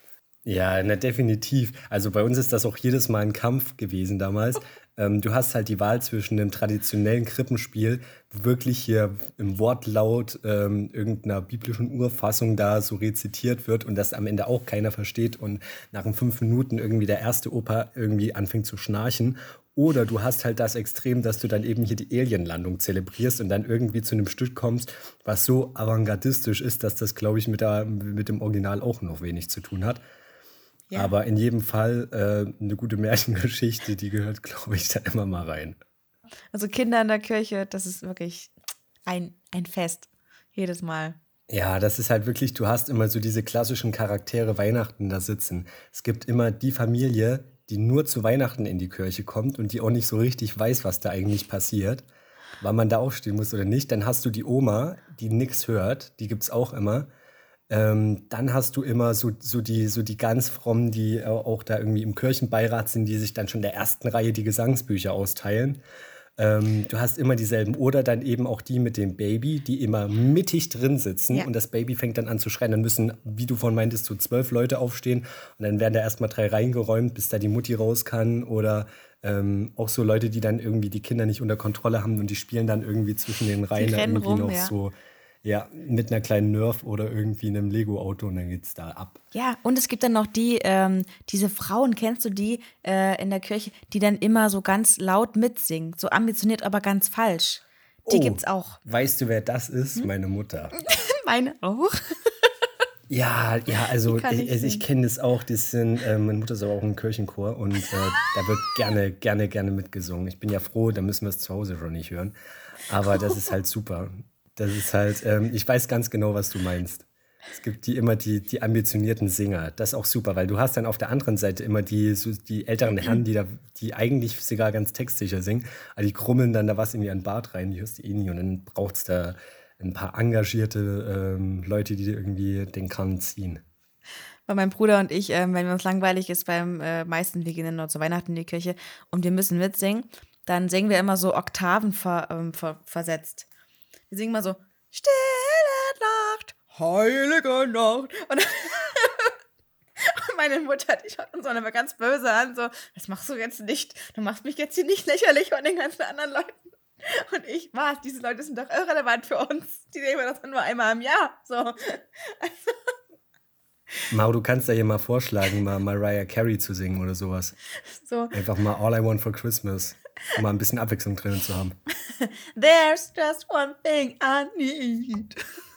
Ja, na, definitiv. Also bei uns ist das auch jedes Mal ein Kampf gewesen damals. Du hast halt die Wahl zwischen einem traditionellen Krippenspiel, wo wirklich hier im Wortlaut irgendeiner biblischen Urfassung da so rezitiert wird und das am Ende auch keiner versteht und nach 5 Minuten irgendwie der erste Opa irgendwie anfängt zu schnarchen. Oder du hast halt das Extrem, dass du dann eben hier die Alien-Landung zelebrierst und dann irgendwie zu einem Stück kommst, was so avantgardistisch ist, dass das, glaube ich, mit dem Original auch noch wenig zu tun hat. Ja. Aber in jedem Fall eine gute Märchengeschichte, die gehört, glaube ich, da immer mal rein. Also Kinder in der Kirche, das ist wirklich ein Fest. Jedes Mal. Ja, das ist halt wirklich, du hast immer so diese klassischen Charaktere Weihnachten da sitzen. Es gibt immer die Familie, die nur zu Weihnachten in die Kirche kommt und die auch nicht so richtig weiß, was da eigentlich passiert, wann man da aufstehen muss oder nicht. Dann hast du die Oma, die nichts hört, die gibt es auch immer. Dann hast du immer so die ganz frommen, die auch da irgendwie im Kirchenbeirat sind, die sich dann schon in der ersten Reihe die Gesangsbücher austeilen. Du hast immer dieselben. Oder dann eben auch die mit dem Baby, die immer mittig drin sitzen Ja. und das Baby fängt dann an zu schreien. Dann müssen, wie du vorhin meintest, so 12 Leute aufstehen und dann werden da erstmal 3 reingeräumt, bis da die Mutti raus kann. Oder auch so Leute, die dann irgendwie die Kinder nicht unter Kontrolle haben und die spielen dann irgendwie zwischen den Die Reihen da rennen irgendwie rum, noch ja. so, ja, mit einer kleinen Nerf oder irgendwie einem Lego-Auto und dann geht's da ab. Ja, und es gibt dann noch diese Frauen, kennst du die in der Kirche, die dann immer so ganz laut mitsingen, so ambitioniert, aber ganz falsch. Die Oh, gibt's auch. weißt du, wer das ist? Meine Mutter. Meine auch. Ja, ja, Die also kann nicht ich singen. kenne das auch. Meine Mutter ist aber auch im Kirchenchor und da wird gerne mitgesungen. Ich bin ja froh, da müssen wir es zu Hause schon nicht hören. Aber das ist halt super. Das ist halt, ich weiß ganz genau, was du meinst. Es gibt die ambitionierten Singer. Das ist auch super, weil du hast dann auf der anderen Seite immer die älteren Herren, die eigentlich sogar ganz textsicher singen, aber die krummeln dann da was in ihren Bart rein, die hörst du eh nie. Und dann braucht es da ein paar engagierte Leute, die dir irgendwie den Kahn ziehen. Weil mein Bruder und ich, wenn uns langweilig ist beim meisten, wir gehen dann noch zu Weihnachten in die Kirche und wir müssen mitsingen, dann singen wir immer so Oktaven versetzt. Wir singen mal so, Stille Nacht, heilige Nacht. Und meine Mutter, die schaut uns dann immer ganz böse an, so, das machst du jetzt nicht. Du machst mich jetzt hier nicht lächerlich von den ganzen anderen Leuten. Und ich, was, diese Leute sind doch irrelevant für uns. Die sehen wir das nur einmal im Jahr. So, Mau, du kannst da hier mal vorschlagen, mal Mariah Carey zu singen oder sowas. so, Einfach mal All I Want for Christmas, um mal ein bisschen Abwechslung drin zu haben. there's just one thing I need.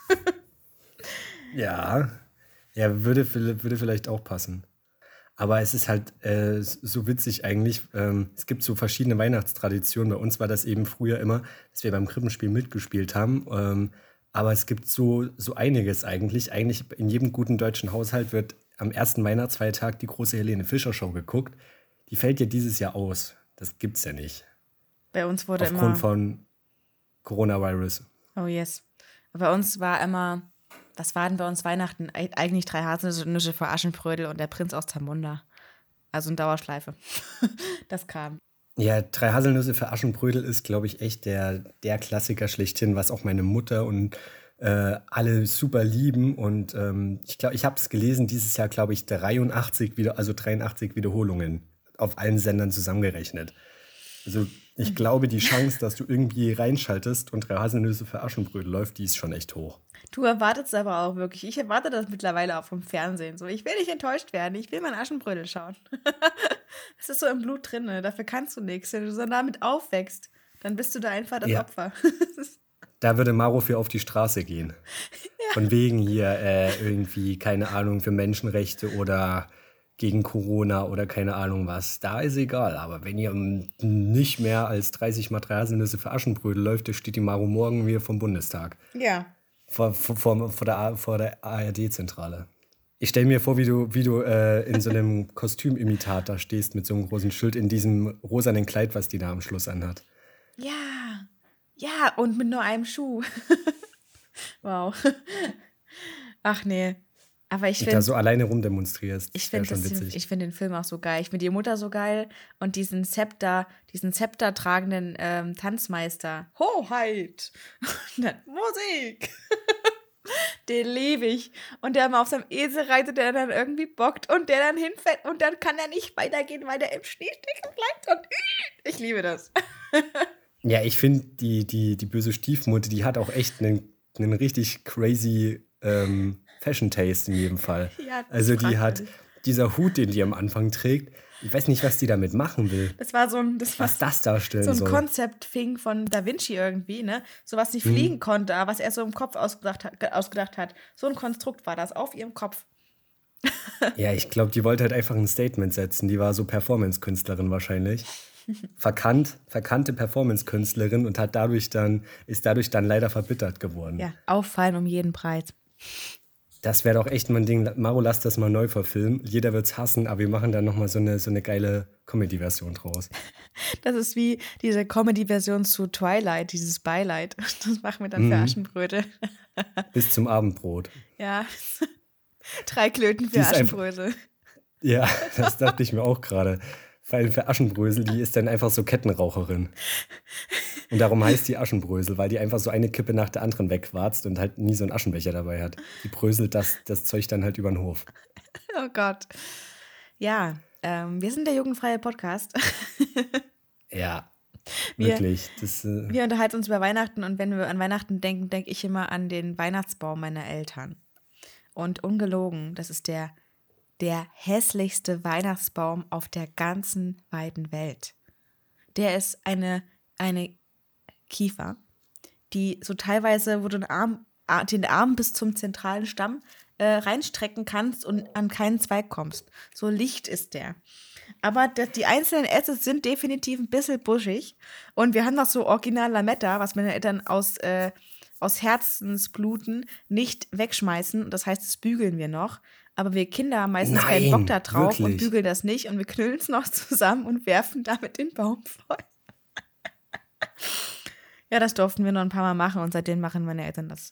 Ja, ja, würde vielleicht auch passen. Aber es ist halt so witzig eigentlich. Es gibt so verschiedene Weihnachtstraditionen. Bei uns war das eben früher immer, dass wir beim Krippenspiel mitgespielt haben. Aber es gibt so einiges eigentlich. Eigentlich in jedem guten deutschen Haushalt wird am ersten Weihnachtsfeiertag die große Helene Fischer Show geguckt. Die fällt ja dieses Jahr aus. Das gibt's ja nicht. Bei uns wurde Aufgrund immer, von Coronavirus. oh yes. Bei uns war immer, was war denn bei uns Weihnachten? Eigentlich 3 Haselnüsse für Aschenbrödel und der Prinz aus Zamunda. Also in Dauerschleife. Das kam. Ja, 3 Haselnüsse für Aschenbrödel ist, glaube ich, echt der Klassiker schlechthin, was auch meine Mutter und alle super lieben. Und ich glaube, ich habe es gelesen, dieses Jahr, glaube ich, 83 Wiederholungen auf allen Sendern zusammengerechnet. Also ich glaube, die Chance, dass du irgendwie reinschaltest und 3 Haselnüsse für Aschenbrödel läuft, die ist schon echt hoch. Du erwartest es aber auch wirklich. Ich erwarte das mittlerweile auch vom Fernsehen. So, ich will nicht enttäuscht werden. Ich will mein Aschenbrödel schauen. Das ist so im Blut drin. Ne? Dafür kannst du nichts. Wenn du so damit aufwächst, dann bist du da einfach das Ja, Opfer. da würde Maro für auf die Straße gehen. Von wegen hier irgendwie, keine Ahnung, für Menschenrechte oder gegen Corona oder keine Ahnung was. Da ist egal. Aber wenn ihr nicht mehr als 30 Mal 3 Haselnüsse für Aschenbrödel läuft, da steht die Maro morgen wieder vom Bundestag. Ja. Vor der ARD-Zentrale. Ich stelle mir vor, wie du in so einem Kostümimitat da stehst mit so einem großen Schild in diesem rosanen Kleid, was die da am Schluss anhat. Ja. Ja, und mit nur einem Schuh. Wow. Ach nee. Aber ich Und da finde, so alleine rumdemonstrierst. ich Das wäre finde schon witzig. ich finde den Film auch so geil. Ich finde die Mutter so geil und diesen Zepter tragenden Tanzmeister. Hoheit! Und dann Musik! Den liebe ich. Und der mal auf seinem Esel reitet, der dann irgendwie bockt und der dann hinfällt und dann kann er nicht weitergehen, weil der im Schnee stecken bleibt. Und ich liebe das. Ja, ich finde, die böse Stiefmutter, die hat auch echt einen richtig crazy Fashion-Taste in jedem Fall. Ja, das Also ist die hat fragwürdig. dieser Hut, den die am Anfang trägt, ich weiß nicht, was die damit machen will, Das war so ein, das war was das so darstellen ein soll. Konzept-Thing von Da Vinci irgendwie, ne? So was nicht fliegen konnte, aber was er so im Kopf ausgedacht hat. So ein Konstrukt war das auf ihrem Kopf. Ja, ich glaube, die wollte halt einfach ein Statement setzen. Die war so Performance-Künstlerin wahrscheinlich. Verkannte Performance-Künstlerin und ist dadurch dann leider verbittert geworden. Ja, auffallen um jeden Preis. Das wäre doch echt mal ein Ding. Maro, lass das mal neu verfilmen. Jeder wird's hassen, aber wir machen dann nochmal so eine geile Comedy-Version draus. Das ist wie diese Comedy-Version zu Twilight, dieses Beileid. Das machen wir dann für Aschenbrödel. Bis zum Abendbrot. Ja, 3 Klöten Die für ist einfach- Aschenbrödel. Ja, das dachte ich mir auch gerade. Weil für Aschenbrösel, die ist dann einfach so Kettenraucherin. Und darum heißt die Aschenbrösel, weil die einfach so eine Kippe nach der anderen wegwarzt und halt nie so einen Aschenbecher dabei hat. Die bröselt das Zeug dann halt über den Hof. Oh Gott. Ja, wir sind der jugendfreie Podcast. Ja, Wir- wirklich. Wir unterhalten uns über Weihnachten und wenn wir an Weihnachten denken, denke ich immer an den Weihnachtsbaum meiner Eltern. Und ungelogen, das ist der hässlichste Weihnachtsbaum auf der ganzen weiten Welt. Der ist eine Kiefer, die so teilweise, wo du den Arm bis zum zentralen Stamm reinstrecken kannst und an keinen Zweig kommst. So licht ist der. Aber die einzelnen Äste sind definitiv ein bisschen buschig. Und wir haben noch so Original Lametta, was meine Eltern aus Herzensbluten nicht wegschmeißen. Das heißt, das bügeln wir noch. Aber wir Kinder haben meistens keinen Nein, Bock da drauf und wirklich? bügeln das nicht. Und wir knüllen es noch zusammen und werfen damit den Baum voll. Ja, das durften wir noch ein paar Mal machen und seitdem machen meine Eltern das.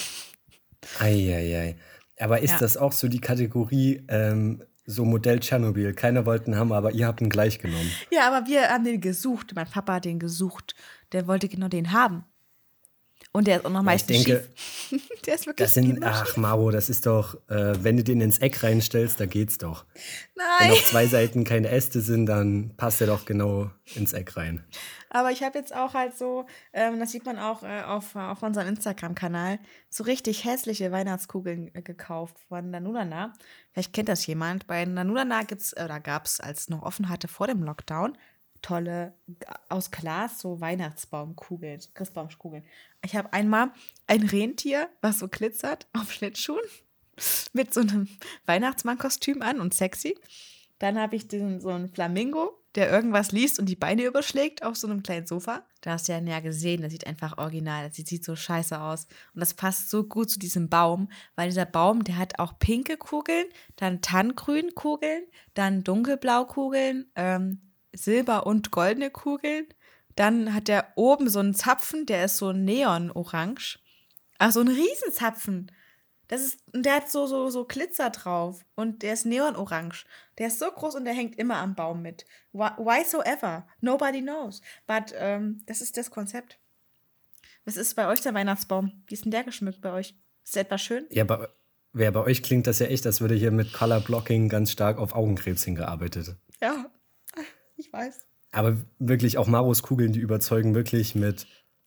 Eieiei. Aber ist Ja. das auch so die Kategorie, so Modell Tschernobyl? Keiner wollte ihn haben, aber ihr habt ihn gleich genommen. Ja, aber wir haben den gesucht. Mein Papa hat den gesucht. Der wollte genau den haben. Und der ist auch noch meistens denke, schief. Der ist wirklich Das sind, immer schief. ach Maro, das ist doch, wenn du den ins Eck reinstellst, da geht's doch. Wenn Nein. auf 2 Seiten keine Äste sind, dann passt er doch genau ins Eck rein. Aber ich habe jetzt auch halt so, das sieht man auch auf unserem Instagram-Kanal, so richtig hässliche Weihnachtskugeln gekauft von Nanunana. Vielleicht kennt das jemand. Bei Nanunana gab es, als es noch offen hatte vor dem Lockdown, tolle aus Glas so Weihnachtsbaumkugeln, so Christbaumkugeln. Ich habe einmal ein Rentier, was so glitzert, auf Schlittschuhen mit so einem Weihnachtsmannkostüm an und sexy. Dann habe ich so einen Flamingo, der irgendwas liest und die Beine überschlägt auf so einem kleinen Sofa. Da hast du ja näher gesehen, das sieht einfach original, das sieht so scheiße aus. Und das passt so gut zu diesem Baum, weil dieser Baum, der hat auch pinke Kugeln, dann Tannengrün Kugeln, dann dunkelblau Kugeln, silber- und goldene Kugeln. Dann hat der oben so einen Zapfen, der ist so neonorange. Ach, so ein Riesenzapfen. Und der hat so Glitzer drauf und der ist neonorange. Der ist so groß und der hängt immer am Baum mit. Why so ever? Nobody knows. But das ist das Konzept. Was ist bei euch der Weihnachtsbaum? Wie ist denn der geschmückt bei euch? Ist der etwas schön? Ja, bei euch klingt das ja echt, als würde hier mit Color Blocking ganz stark auf Augenkrebs hingearbeitet. Ja, ich weiß. Aber wirklich auch Maros Kugeln, die überzeugen wirklich mit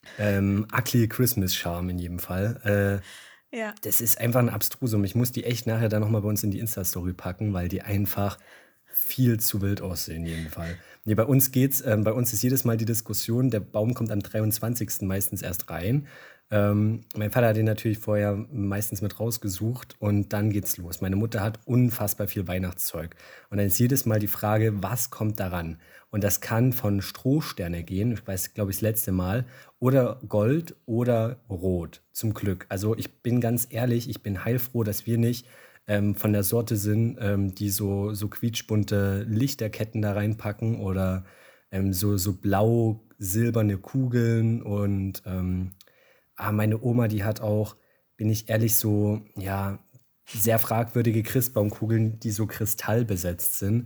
ugly Christmas Charme in jedem Fall. Ja. Das ist einfach ein Abstrusum. Ich muss die echt nachher dann nochmal bei uns in die Insta-Story packen, weil die einfach viel zu wild aussehen, in jedem Fall. Nee, bei uns ist jedes Mal die Diskussion, der Baum kommt am 23. meistens erst rein. Mein Vater hat den natürlich vorher meistens mit rausgesucht und dann geht's los. Meine Mutter hat unfassbar viel Weihnachtszeug. Und dann ist jedes Mal die Frage, was kommt daran? Und das kann von Strohsterne gehen, ich weiß, glaube ich, das letzte Mal, oder Gold oder Rot, zum Glück. Also ich bin ganz ehrlich, ich bin heilfroh, dass wir nicht von der Sorte sind, die so quietschbunte Lichterketten da reinpacken oder so blau-silberne Kugeln und meine Oma, die hat auch, bin ich ehrlich, so, ja, sehr fragwürdige Christbaumkugeln, die so kristallbesetzt sind.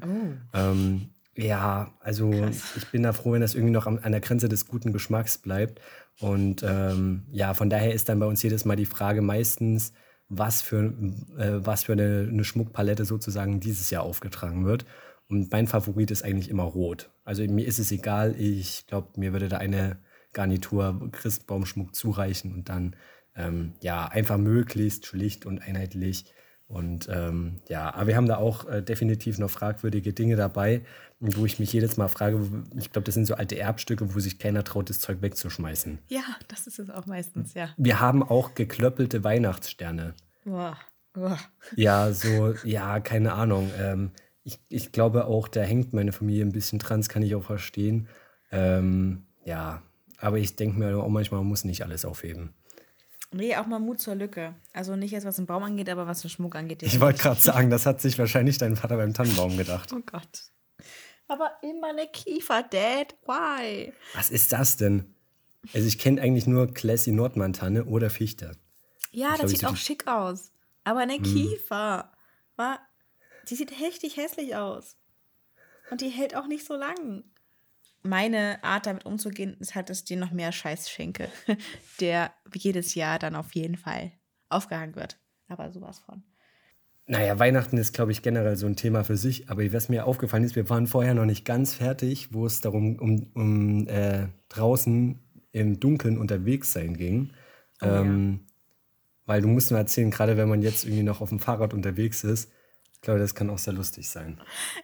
Ja, also ich bin da froh, wenn das irgendwie noch an der Grenze des guten Geschmacks bleibt. Und ja, von daher ist dann bei uns jedes Mal die Frage meistens, was für eine Schmuckpalette sozusagen dieses Jahr aufgetragen wird. Und mein Favorit ist eigentlich immer rot. Also mir ist es egal, ich glaube, mir würde da eine Garnitur Christbaumschmuck zureichen und dann ja, einfach möglichst schlicht und einheitlich. Und ja, aber wir haben da auch definitiv noch fragwürdige Dinge dabei, wo ich mich jedes Mal frage, ich glaube, das sind so alte Erbstücke, wo sich keiner traut, das Zeug wegzuschmeißen. Ja, das ist es auch meistens, ja. Wir haben auch geklöppelte Weihnachtssterne. Boah, boah. Ja, so, ja, keine Ahnung. Ich glaube auch, da hängt meine Familie ein bisschen dran, das kann ich auch verstehen. Ja, aber ich denke mir auch manchmal, man muss nicht alles aufheben. Nee, auch mal Mut zur Lücke. Also nicht erst, was den Baum angeht, aber was den Schmuck angeht. Ich wollte gerade sagen, das hat sich wahrscheinlich dein Vater beim Tannenbaum gedacht. Oh Gott. Aber immer eine Kiefer, Dad. Why? Was ist das denn? Also ich kenne eigentlich nur Classy Nordmann-Tanne oder Fichte. Ja, Ich das glaube, sieht auch schick aus. Aber eine Kiefer, die sieht richtig hässlich aus. Und die hält auch nicht so lang. Meine Art, damit umzugehen, ist halt, dass ich dir noch mehr Scheiß schenke, der jedes Jahr dann auf jeden Fall aufgehangen wird. Aber sowas von. Naja, Weihnachten ist, glaube ich, generell so ein Thema für sich. Aber was mir aufgefallen ist, wir waren vorher noch nicht ganz fertig, wo es darum draußen im Dunkeln unterwegs sein ging. Oh ja. Weil du musst mir erzählen, gerade wenn man jetzt irgendwie noch auf dem Fahrrad unterwegs ist, ich glaube, das kann auch sehr lustig sein.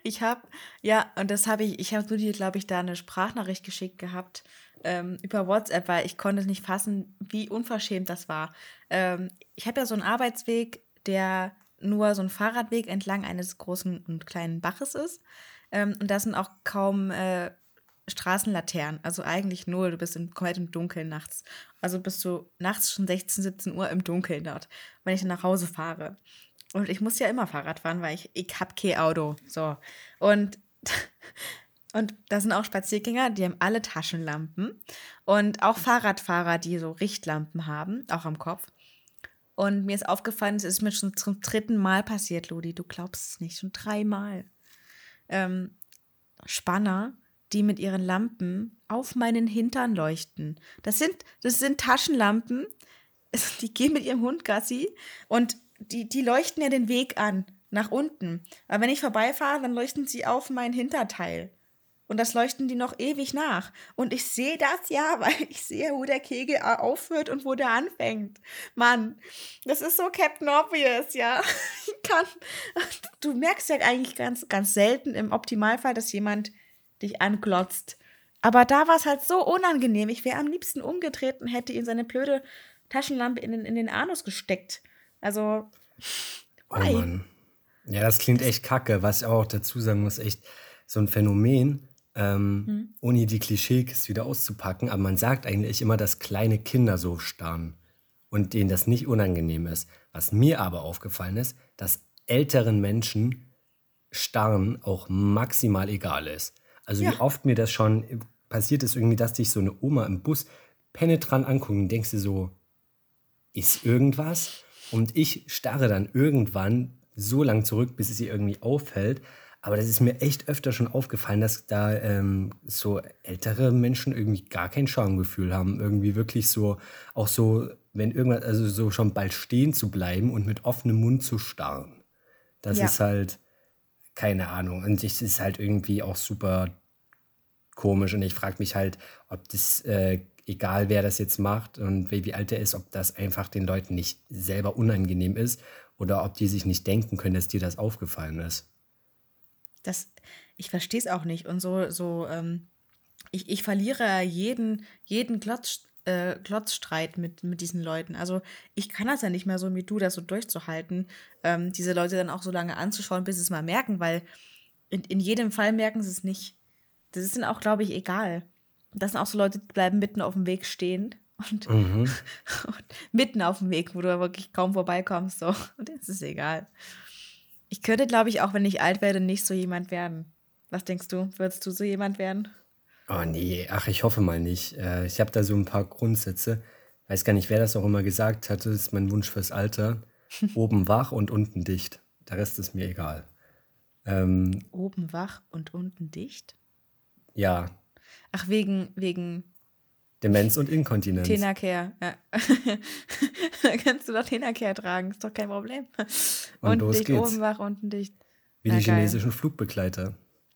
Ich habe nur dir, glaube ich, da eine Sprachnachricht geschickt gehabt über WhatsApp, weil ich konnte es nicht fassen, wie unverschämt das war. Ich habe ja so einen Arbeitsweg, der nur so ein Fahrradweg entlang eines großen und kleinen Baches ist. Und da sind auch kaum Straßenlaternen. Also eigentlich nur, du bist komplett im Dunkeln nachts. Also bist du nachts schon 16, 17 Uhr im Dunkeln dort, wenn ich dann nach Hause fahre. Und ich muss ja immer Fahrrad fahren, weil ich habe kein Auto. So. Und, und da sind auch Spaziergänger, die haben alle Taschenlampen. Und auch Fahrradfahrer, die so Richtlampen haben, auch am Kopf. Und mir ist aufgefallen, es ist mir schon zum 3. Mal passiert, Ludi. Du glaubst es nicht, schon 3 Mal. Spanner, die mit ihren Lampen auf meinen Hintern leuchten. Das sind Taschenlampen, die gehen mit ihrem Hund Gassi und die leuchten ja den Weg an, nach unten. Aber wenn ich vorbeifahre, dann leuchten sie auf mein Hinterteil. Und das leuchten die noch ewig nach. Und ich sehe das ja, weil ich sehe, wo der Kegel aufhört und wo der anfängt. Mann, das ist so Captain Obvious, ja. Du merkst ja eigentlich ganz, ganz selten im Optimalfall, dass jemand dich anglotzt. Aber da war es halt so unangenehm. Ich wäre am liebsten umgedreht und hätte ihm seine blöde Taschenlampe in den Anus gesteckt. Also, Oh Mann. Ja, das klingt echt kacke. Was ich auch dazu sagen muss, echt so ein Phänomen, ohne die Klischees wieder auszupacken. Aber man sagt eigentlich immer, dass kleine Kinder so starren und denen das nicht unangenehm ist. Was mir aber aufgefallen ist, dass älteren Menschen Starren auch maximal egal ist. Also ja. wie oft mir das schon passiert ist, irgendwie, dass dich so eine Oma im Bus penetrant anguckt und denkst dir so, ist irgendwas? Und ich starre dann irgendwann so lang zurück, bis es ihr irgendwie auffällt. Aber das ist mir echt öfter schon aufgefallen, dass da so ältere Menschen irgendwie gar kein Schamgefühl haben. Irgendwie wirklich so, auch so, wenn irgendwas, also so schon bald stehen zu bleiben und mit offenem Mund zu starren. Das Ja. ist halt, keine Ahnung. Und es ist halt irgendwie auch super komisch. Und ich frage mich halt, ob das, egal wer das jetzt macht und wie alt er ist, ob das einfach den Leuten nicht selber unangenehm ist oder ob die sich nicht denken können, dass dir das aufgefallen ist. Ich verstehe es auch nicht. Und ich verliere jeden Glotzstreit mit diesen Leuten. Also ich kann das ja nicht mehr so wie du, das so durchzuhalten, diese Leute dann auch so lange anzuschauen, bis sie es mal merken, weil in jedem Fall merken sie es nicht. Das ist dann auch, glaube ich, egal. Das sind auch so Leute, die bleiben mitten auf dem Weg stehen und, und mitten auf dem Weg, wo du wirklich kaum vorbeikommst. So. Und das ist egal. Ich könnte, glaube ich, auch wenn ich alt werde, nicht so jemand werden. Was denkst du? Würdest du so jemand werden? Oh nee, ach, ich hoffe mal nicht. Ich habe da so ein paar Grundsätze. Weiß gar nicht, wer das auch immer gesagt hatte. Das ist mein Wunsch fürs Alter. Oben wach und unten dicht. Der Rest ist mir egal. Oben wach und unten dicht? Ja, Ach, wegen Demenz und Inkontinenz. Tenacare, ja. Da kannst du doch Tenacare tragen, ist doch kein Problem. Und Unten los dicht, geht's. oben wach, unten dicht. Wie Na, die geil. chinesischen Flugbegleiter.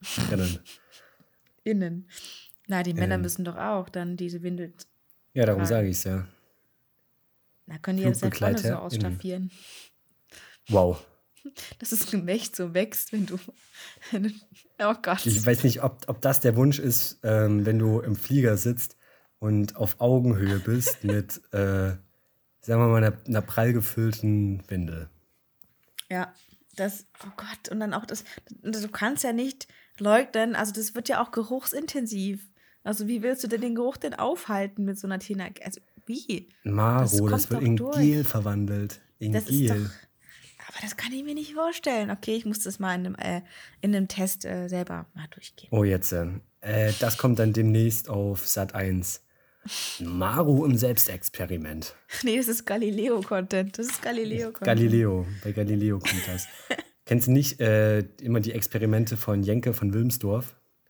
Innen. Na, die Männer müssen doch auch dann diese Windel. Ja, darum Tragen. sage ich es ja. Na, können die ja das ja vorne so FlugbegleiterInnen. ausstaffieren. Wow. Dass das Gemächt so wächst, wenn du. Oh Gott. Ich weiß nicht, ob das der Wunsch ist, wenn du im Flieger sitzt und auf Augenhöhe bist mit, sagen wir mal, einer prall gefüllten Windel. Ja, das, oh Gott, und dann auch das, du kannst ja nicht leugnen, also das wird ja auch geruchsintensiv. Also wie willst du denn den Geruch denn aufhalten mit so einer Tina? Also wie? Maro, kommt das wird doch in durch. Gel verwandelt. In Das ist Gel. doch, aber das kann ich mir nicht vorstellen. Okay, ich muss das mal in einem Test selber mal durchgehen. Oh, jetzt. Das kommt dann demnächst auf Sat.1. Maro im Selbstexperiment. Nee, das ist Galileo-Content. Das ist Galileo-Content. Galileo, bei Galileo kommt das. Kennst du nicht immer die Experimente von Jenke von Wilmsdorf?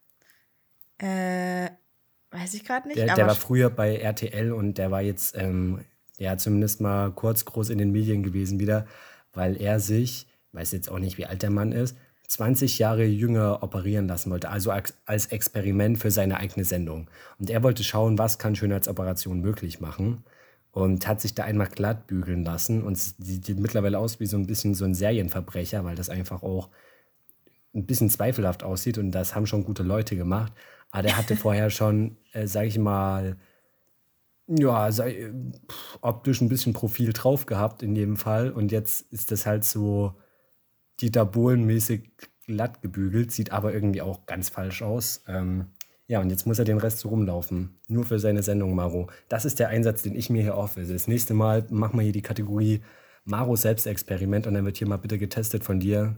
Weiß ich gerade nicht. Der aber war früher bei RTL und der war jetzt ja zumindest mal groß in den Medien gewesen wieder, weil er sich, weiß jetzt auch nicht, wie alt der Mann ist, 20 Jahre jünger operieren lassen wollte, also als Experiment für seine eigene Sendung. Und er wollte schauen, was kann Schönheitsoperation möglich machen und hat sich da einmal glatt bügeln lassen und sieht mittlerweile aus wie so ein bisschen so ein Serienverbrecher, weil das einfach auch ein bisschen zweifelhaft aussieht und das haben schon gute Leute gemacht. Aber der hatte vorher schon, sag ich mal, ja, optisch ein bisschen Profil drauf gehabt in jedem Fall. Und jetzt ist das halt so Dieter Bohlen-mäßig glatt gebügelt, sieht aber irgendwie auch ganz falsch aus. Ja, und jetzt muss er den Rest so rumlaufen. Nur für seine Sendung Maro. Das ist der Einsatz, den ich mir hier aufwähle. Das nächste Mal machen wir hier die Kategorie Maro Selbstexperiment und dann wird hier mal bitte getestet von dir.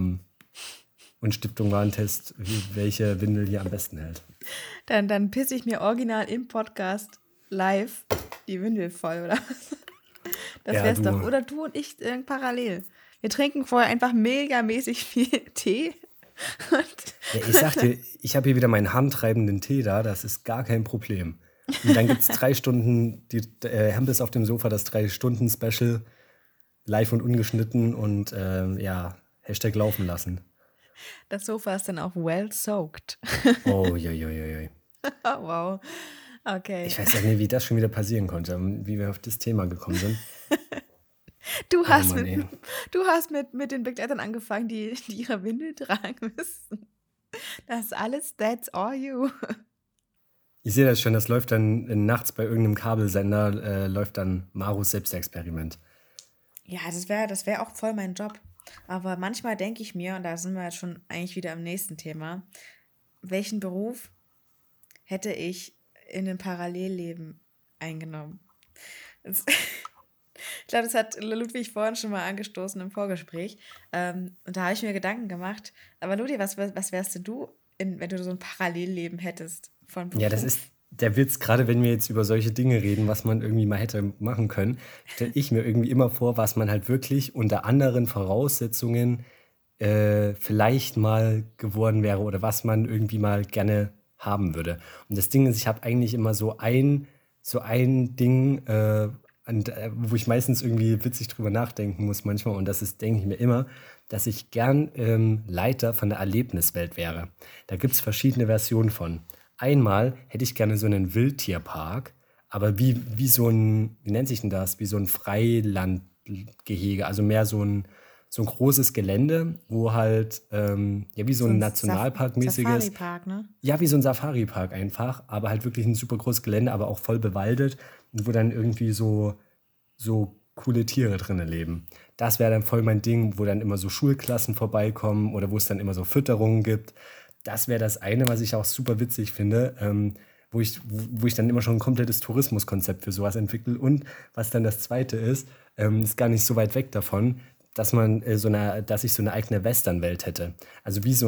Und Stiftung Warentest, welche Windel hier am besten hält. Dann pisse ich mir original im Podcast live die Windel voll, oder was? Das Ja, wär's du. doch. Oder du und ich parallel. Wir trinken vorher einfach megamäßig viel Tee. Ja, ich sag dir, ich habe hier wieder meinen handtreibenden Tee da, das ist gar kein Problem. Und dann gibt es 3 Stunden, Hempels auf dem Sofa, das 3-Stunden-Special, live und ungeschnitten und ja, Hashtag laufen lassen. Das Sofa ist dann auch well soaked. Oh, joi. Oh, wow. Okay. Ich weiß auch nicht, wie das schon wieder passieren konnte, wie wir auf das Thema gekommen sind. Du hast, Mann, ey. mit den Begleitern angefangen, die ihre Windel tragen müssen. Das ist alles, that's all you. Ich sehe das schon, das läuft dann nachts bei irgendeinem Kabelsender, läuft dann Maros Selbstexperiment. Ja, das wär auch voll mein Job. Aber manchmal denke ich mir, und da sind wir jetzt schon eigentlich wieder am nächsten Thema, welchen Beruf hätte ich in einem Parallelleben eingenommen? Ich glaube, das hat Ludwig vorhin schon mal angestoßen im Vorgespräch. Und da habe ich mir Gedanken gemacht. Aber Ludwig, was wärst denn du, wenn du so ein Parallelleben hättest von Beruf? Ja, das ist der Witz, gerade wenn wir jetzt über solche Dinge reden, was man irgendwie mal hätte machen können, stelle ich mir irgendwie immer vor, was man halt wirklich unter anderen Voraussetzungen vielleicht mal geworden wäre oder was man irgendwie mal gerne haben würde. Und das Ding ist, ich habe eigentlich immer so ein Ding, wo ich meistens irgendwie witzig drüber nachdenken muss manchmal. Und das ist, denke ich mir immer, dass ich gern Leiter von der Erlebniswelt wäre. Da gibt es verschiedene Versionen von. Einmal hätte ich gerne so einen Wildtierpark, aber wie so ein, wie nennt sich denn das? Wie so ein Freilandgehege, also mehr so ein großes Gelände, wo halt, ja, wie so ein Nationalpark-mäßiges. Safari-Park, ne? Ja, wie so ein Safari-Park einfach, aber halt wirklich ein super großes Gelände, aber auch voll bewaldet, wo dann irgendwie so coole Tiere drinnen leben. Das wäre dann voll mein Ding, wo dann immer so Schulklassen vorbeikommen oder wo es dann immer so Fütterungen gibt. Das wäre das eine, was ich auch super witzig finde, wo ich dann immer schon ein komplettes Tourismuskonzept für sowas entwickle. Und was dann das zweite ist gar nicht so weit weg davon, dass ich so eine eigene Westernwelt hätte. Also wie so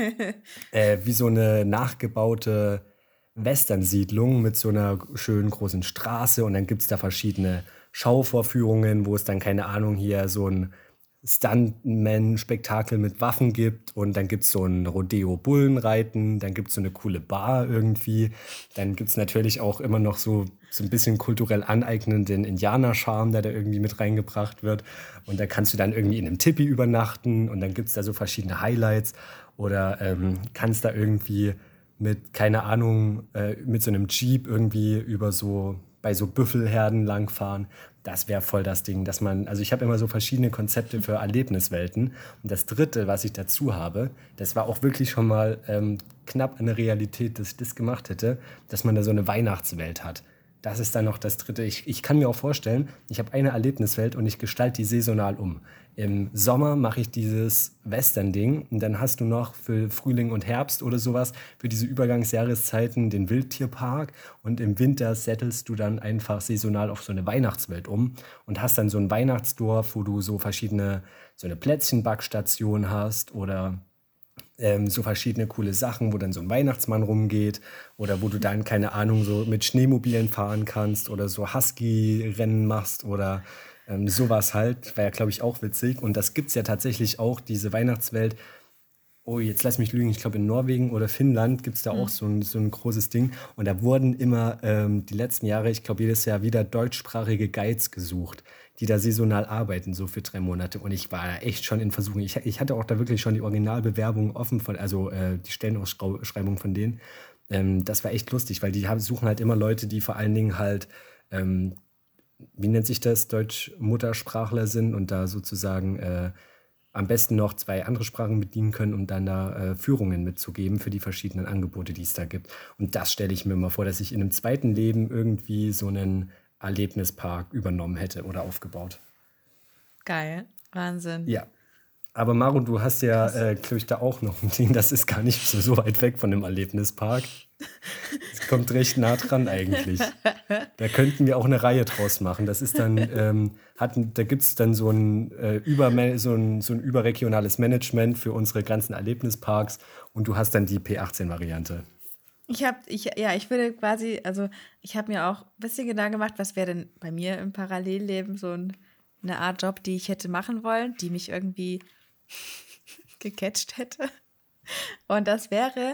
eine nachgebaute Westernsiedlung mit so einer schönen großen Straße und dann gibt es da verschiedene Schauvorführungen, wo es dann, keine Ahnung, hier so ein Stuntman-Spektakel mit Waffen gibt und dann gibt es so ein Rodeo-Bullenreiten, dann gibt es so eine coole Bar irgendwie, dann gibt es natürlich auch immer noch so ein bisschen kulturell aneignenden Indianer-Charme, der da irgendwie mit reingebracht wird und da kannst du dann irgendwie in einem Tipi übernachten und dann gibt es da so verschiedene Highlights oder kannst da irgendwie mit, keine Ahnung, mit so einem Jeep irgendwie bei so Büffelherden langfahren. Das wäre voll das Ding, also ich habe immer so verschiedene Konzepte für Erlebniswelten. Und das Dritte, was ich dazu habe, das war auch wirklich schon mal knapp an der Realität, dass ich das gemacht hätte, dass man da so eine Weihnachtswelt hat. Das ist dann noch das Dritte. Ich kann mir auch vorstellen, ich habe eine Erlebniswelt und ich gestalte die saisonal um. Im Sommer mache ich dieses Western-Ding und dann hast du noch für Frühling und Herbst oder sowas, für diese Übergangsjahreszeiten den Wildtierpark und im Winter settelst du dann einfach saisonal auf so eine Weihnachtswelt um und hast dann so ein Weihnachtsdorf, wo du so eine Plätzchenbackstation hast oder so verschiedene coole Sachen, wo dann so ein Weihnachtsmann rumgeht oder wo du dann, keine Ahnung, so mit Schneemobilen fahren kannst oder so Husky-Rennen machst oder sowas halt. Wäre ja, glaube ich, auch witzig. Und das gibt es ja tatsächlich auch, diese Weihnachtswelt. Oh, jetzt lass mich lügen, ich glaube in Norwegen oder Finnland gibt es da auch so ein großes Ding. Und da wurden immer die letzten Jahre, ich glaube jedes Jahr wieder deutschsprachige Guides gesucht, die da saisonal arbeiten, so für 3 Monate. Und ich war da echt schon in Versuchung. Ich hatte auch da wirklich schon die Originalbewerbung offen, die Stellenausschreibung von denen. Das war echt lustig, weil suchen halt immer Leute, die vor allen Dingen halt, wie nennt sich das, Deutsch-Muttersprachler sind und da sozusagen am besten noch 2 andere Sprachen bedienen können, um dann da Führungen mitzugeben für die verschiedenen Angebote, die es da gibt. Und das stelle ich mir mal vor, dass ich in einem zweiten Leben irgendwie so einen Erlebnispark übernommen hätte oder aufgebaut. Geil. Wahnsinn. Ja. Aber Maro, du hast ja, glaube ich, da auch noch ein Ding, das ist gar nicht so weit weg von dem Erlebnispark. Es kommt recht nah dran eigentlich. Da könnten wir auch eine Reihe draus machen. Das ist dann, da gibt es dann so ein überregionales Management für unsere ganzen Erlebnisparks und du hast dann die P18-Variante. Ich würde quasi, also ich habe mir auch ein bisschen Gedanken gemacht, was wäre denn bei mir im Parallelleben so eine Art Job, die ich hätte machen wollen, die mich irgendwie gecatcht hätte. Und das wäre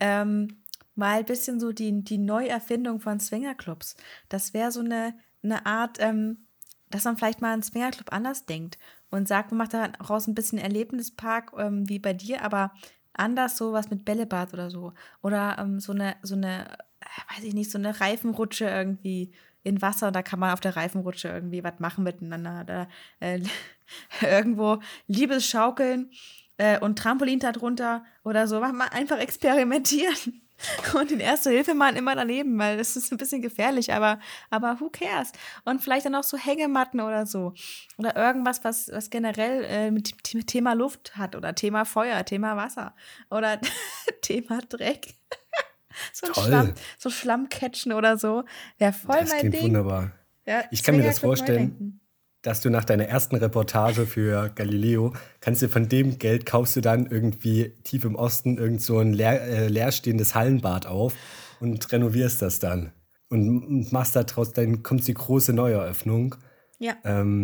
mal ein bisschen so die Neuerfindung von Swingerclubs. Das wäre so eine Art, dass man vielleicht mal einen Swingerclub anders denkt und sagt, man macht daraus ein bisschen Erlebnispark wie bei dir, aber anders sowas mit Bällebad oder so. Oder so eine, weiß ich nicht, so eine Reifenrutsche irgendwie in Wasser. Da kann man auf der Reifenrutsche irgendwie was machen miteinander. Da irgendwo Liebesschaukeln und Trampolin da drunter oder so. Mal einfach experimentieren. Und den Erste-Hilfe-Mann immer daneben, weil das ist ein bisschen gefährlich, aber who cares? Und vielleicht dann auch so Hängematten oder so. Oder irgendwas, was generell mit Thema Luft hat oder Thema Feuer, Thema Wasser oder Thema Dreck. So ein Schlammcatchen oder so. Wäre voll das mein klingt Ding. wunderbar. Ja, Ich kann mir das Swingerclub vorstellen, Neudenken. dass du nach deiner ersten Reportage für Galileo, kannst du von dem Geld kaufst du dann irgendwie tief im Osten irgend so ein leerstehendes Hallenbad auf und renovierst das dann. Und machst daraus, dann kommt die große Neueröffnung. Ja.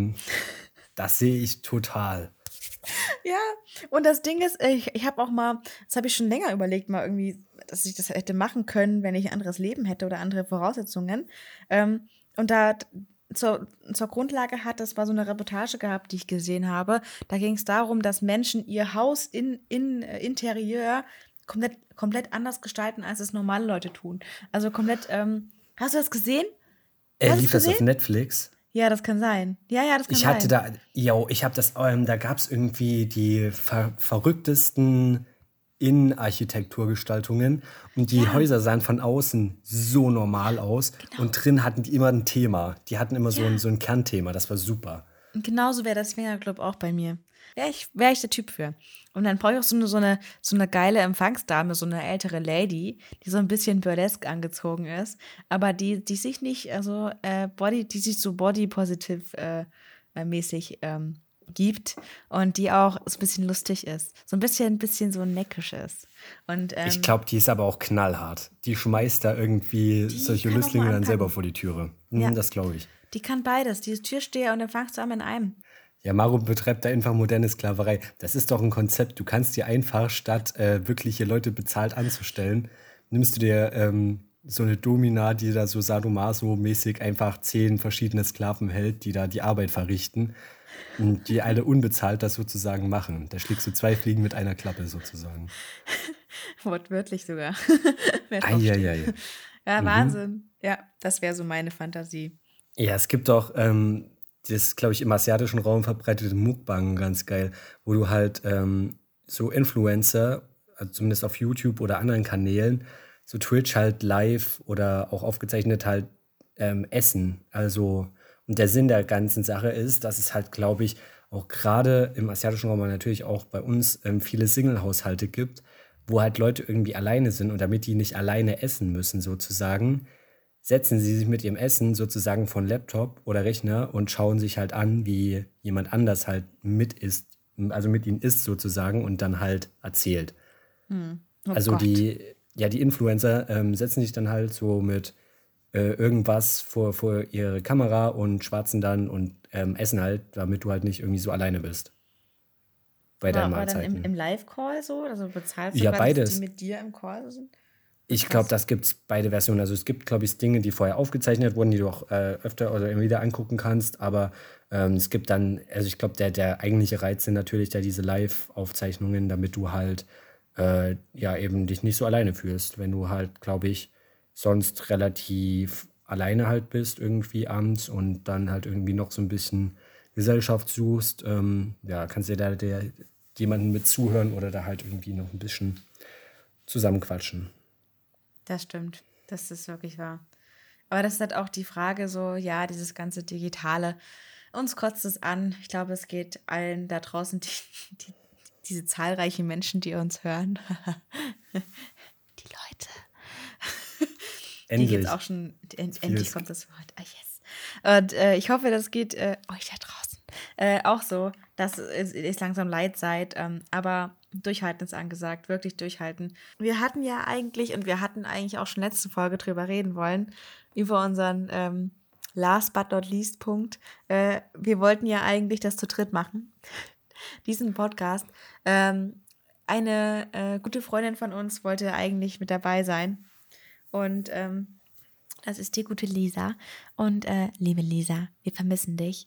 Das sehe ich total. Ja, und das Ding ist, ich habe auch mal, das habe ich schon länger überlegt, mal irgendwie, dass ich das hätte machen können, wenn ich ein anderes Leben hätte oder andere Voraussetzungen. Und da zur Grundlage das war so eine Reportage gehabt, die ich gesehen habe. Da ging es darum, dass Menschen ihr Haus Interieur komplett anders gestalten, als es normale Leute tun. Also komplett, hast du das gesehen? Lief das auf Netflix? Ja, das kann sein. Ja, das kann Ich sein. hatte da gab es irgendwie die verrücktesten Innenarchitekturgestaltungen und die Häuser sahen von außen so normal aus und drin hatten die immer ein Thema. Die hatten immer so ein Kernthema, das war super. Und genauso wäre das Swingerclub auch bei mir. Wäre ich der Typ für. Und dann brauche ich auch so eine geile Empfangsdame, so eine ältere Lady, die so ein bisschen burlesque angezogen ist, aber die sich nicht, also die sich so body-positive mäßig gibt und die auch so ein bisschen lustig ist. So ein bisschen so neckisch ist. Und, Ich glaube, die ist aber auch knallhart. Die schmeißt da irgendwie solche kann auch Lüstlinge mal dann selber anpacken. vor die Türe. Ja. Das glaube ich. Die kann beides. Die ist Türsteher und Empfangsdame in einem. Ja, Maro betreibt da einfach moderne Sklaverei. Das ist doch ein Konzept. Du kannst dir einfach, statt wirkliche Leute bezahlt anzustellen, nimmst du dir so eine Domina, die da so Sadomaso-mäßig einfach 10 verschiedene Sklaven hält, die da die Arbeit verrichten und die alle unbezahlt das sozusagen machen. Da schlägst du 2 Fliegen mit einer Klappe sozusagen. Wortwörtlich sogar. Wer draufsteht. Eieiei. Ja, Mhm. Wahnsinn. Ja, das wäre so meine Fantasie. Ja, es gibt auch das, glaube ich, im asiatischen Raum verbreitete Mukbang ganz geil, wo du halt so Influencer, also zumindest auf YouTube oder anderen Kanälen, so Twitch halt live oder auch aufgezeichnet halt essen. Also, und der Sinn der ganzen Sache ist, dass es halt, glaube ich, auch gerade im asiatischen Raum, aber natürlich auch bei uns viele Single-Haushalte gibt, wo halt Leute irgendwie alleine sind und damit die nicht alleine essen müssen sozusagen, setzen sie sich mit ihrem Essen sozusagen von Laptop oder Rechner und schauen sich halt an, wie jemand anders halt mit isst, also mit ihnen isst sozusagen und dann halt erzählt. Oh Also Gott. die Influencer setzen sich dann halt so mit irgendwas vor ihre Kamera und schwatzen dann und essen halt, damit du halt nicht irgendwie so alleine bist bei deinen Aber dann im Mahlzeiten. Live-Call so? Also bezahlst du Ja, quasi, dass die beides. mit dir im Call sind? Ich glaube, Krass. das gibt es beide Versionen. Also es gibt, glaube ich, Dinge, die vorher aufgezeichnet wurden, die du auch öfter oder immer wieder angucken kannst. Aber es gibt dann, also ich glaube, der eigentliche Reiz sind natürlich da diese Live-Aufzeichnungen, damit du halt ja eben dich nicht so alleine fühlst. Wenn du halt, glaube ich, sonst relativ alleine halt bist irgendwie abends und dann halt irgendwie noch so ein bisschen Gesellschaft suchst, ja, kannst dir da jemanden mit zuhören oder da halt irgendwie noch ein bisschen zusammenquatschen. Das stimmt. Das ist wirklich wahr. Aber das ist halt auch die Frage so, ja, dieses ganze Digitale. Uns kotzt es an. Ich glaube, es geht allen da draußen, die, diese zahlreichen Menschen, die uns hören. Die Leute. Die geht's auch Endlich. schon, Viel endlich kommt das Wort. Ah, yes. Und ich hoffe, das geht euch da draußen auch so, dass ihr langsam leid seid. Aber durchhalten ist angesagt, wirklich durchhalten. Wir hatten eigentlich auch schon letzte Folge drüber reden wollen, über unseren Last but not least Punkt. Wir wollten ja eigentlich das zu dritt machen, diesen Podcast. Eine gute Freundin von uns wollte eigentlich mit dabei sein. Und das ist die gute Lisa. Und liebe Lisa, wir vermissen dich.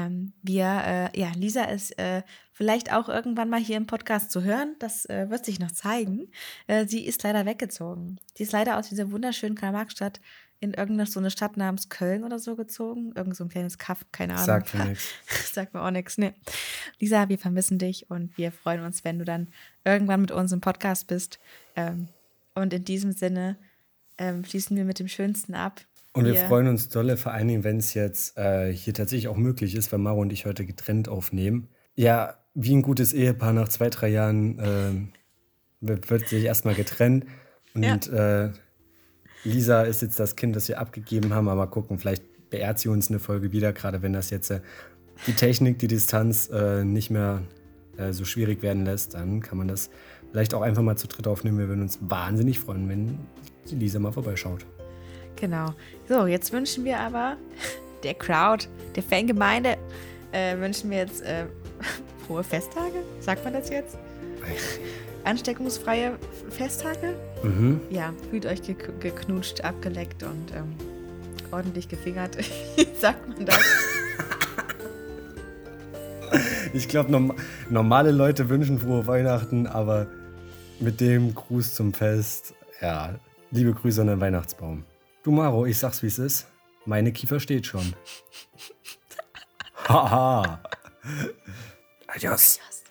Lisa ist vielleicht auch irgendwann mal hier im Podcast zu hören. Das wird sich noch zeigen. Sie ist leider weggezogen. Die ist leider aus dieser wunderschönen Karl-Marx-Stadt in irgendeine so eine Stadt namens Köln oder so gezogen. Irgend so ein kleines Kaff, keine Ahnung. sagt mir nichts. Sagt mir auch nichts. Nee. Lisa, wir vermissen dich und wir freuen uns, wenn du dann irgendwann mit uns im Podcast bist. Und in diesem Sinne schließen wir mit dem Schönsten ab. Und wir freuen uns dolle, vor allen Dingen, wenn es jetzt hier tatsächlich auch möglich ist, weil Maro und ich heute getrennt aufnehmen. Ja, wie ein gutes Ehepaar nach 2, 3 Jahren wird sich erstmal getrennt. Und Lisa ist jetzt das Kind, das wir abgegeben haben. Aber mal gucken, vielleicht beehrt sie uns eine Folge wieder, gerade wenn das jetzt die Technik, die Distanz nicht mehr so schwierig werden lässt. Dann kann man das vielleicht auch einfach mal zu dritt aufnehmen. Wir würden uns wahnsinnig freuen, wenn die Lisa mal vorbeischaut. Genau. So, jetzt wünschen wir aber der Crowd, der Fangemeinde, wünschen wir jetzt frohe Festtage. Sagt man das jetzt? Ansteckungsfreie Festtage? Mhm. Ja, fühlt euch geknutscht, abgeleckt und ordentlich gefingert. Wie sagt man das? Ich glaube, normale Leute wünschen frohe Weihnachten, aber mit dem Gruß zum Fest, ja, liebe Grüße an den Weihnachtsbaum. Du Maro, ich sag's wie es ist, meine Kiefer steht schon. Haha. Adios.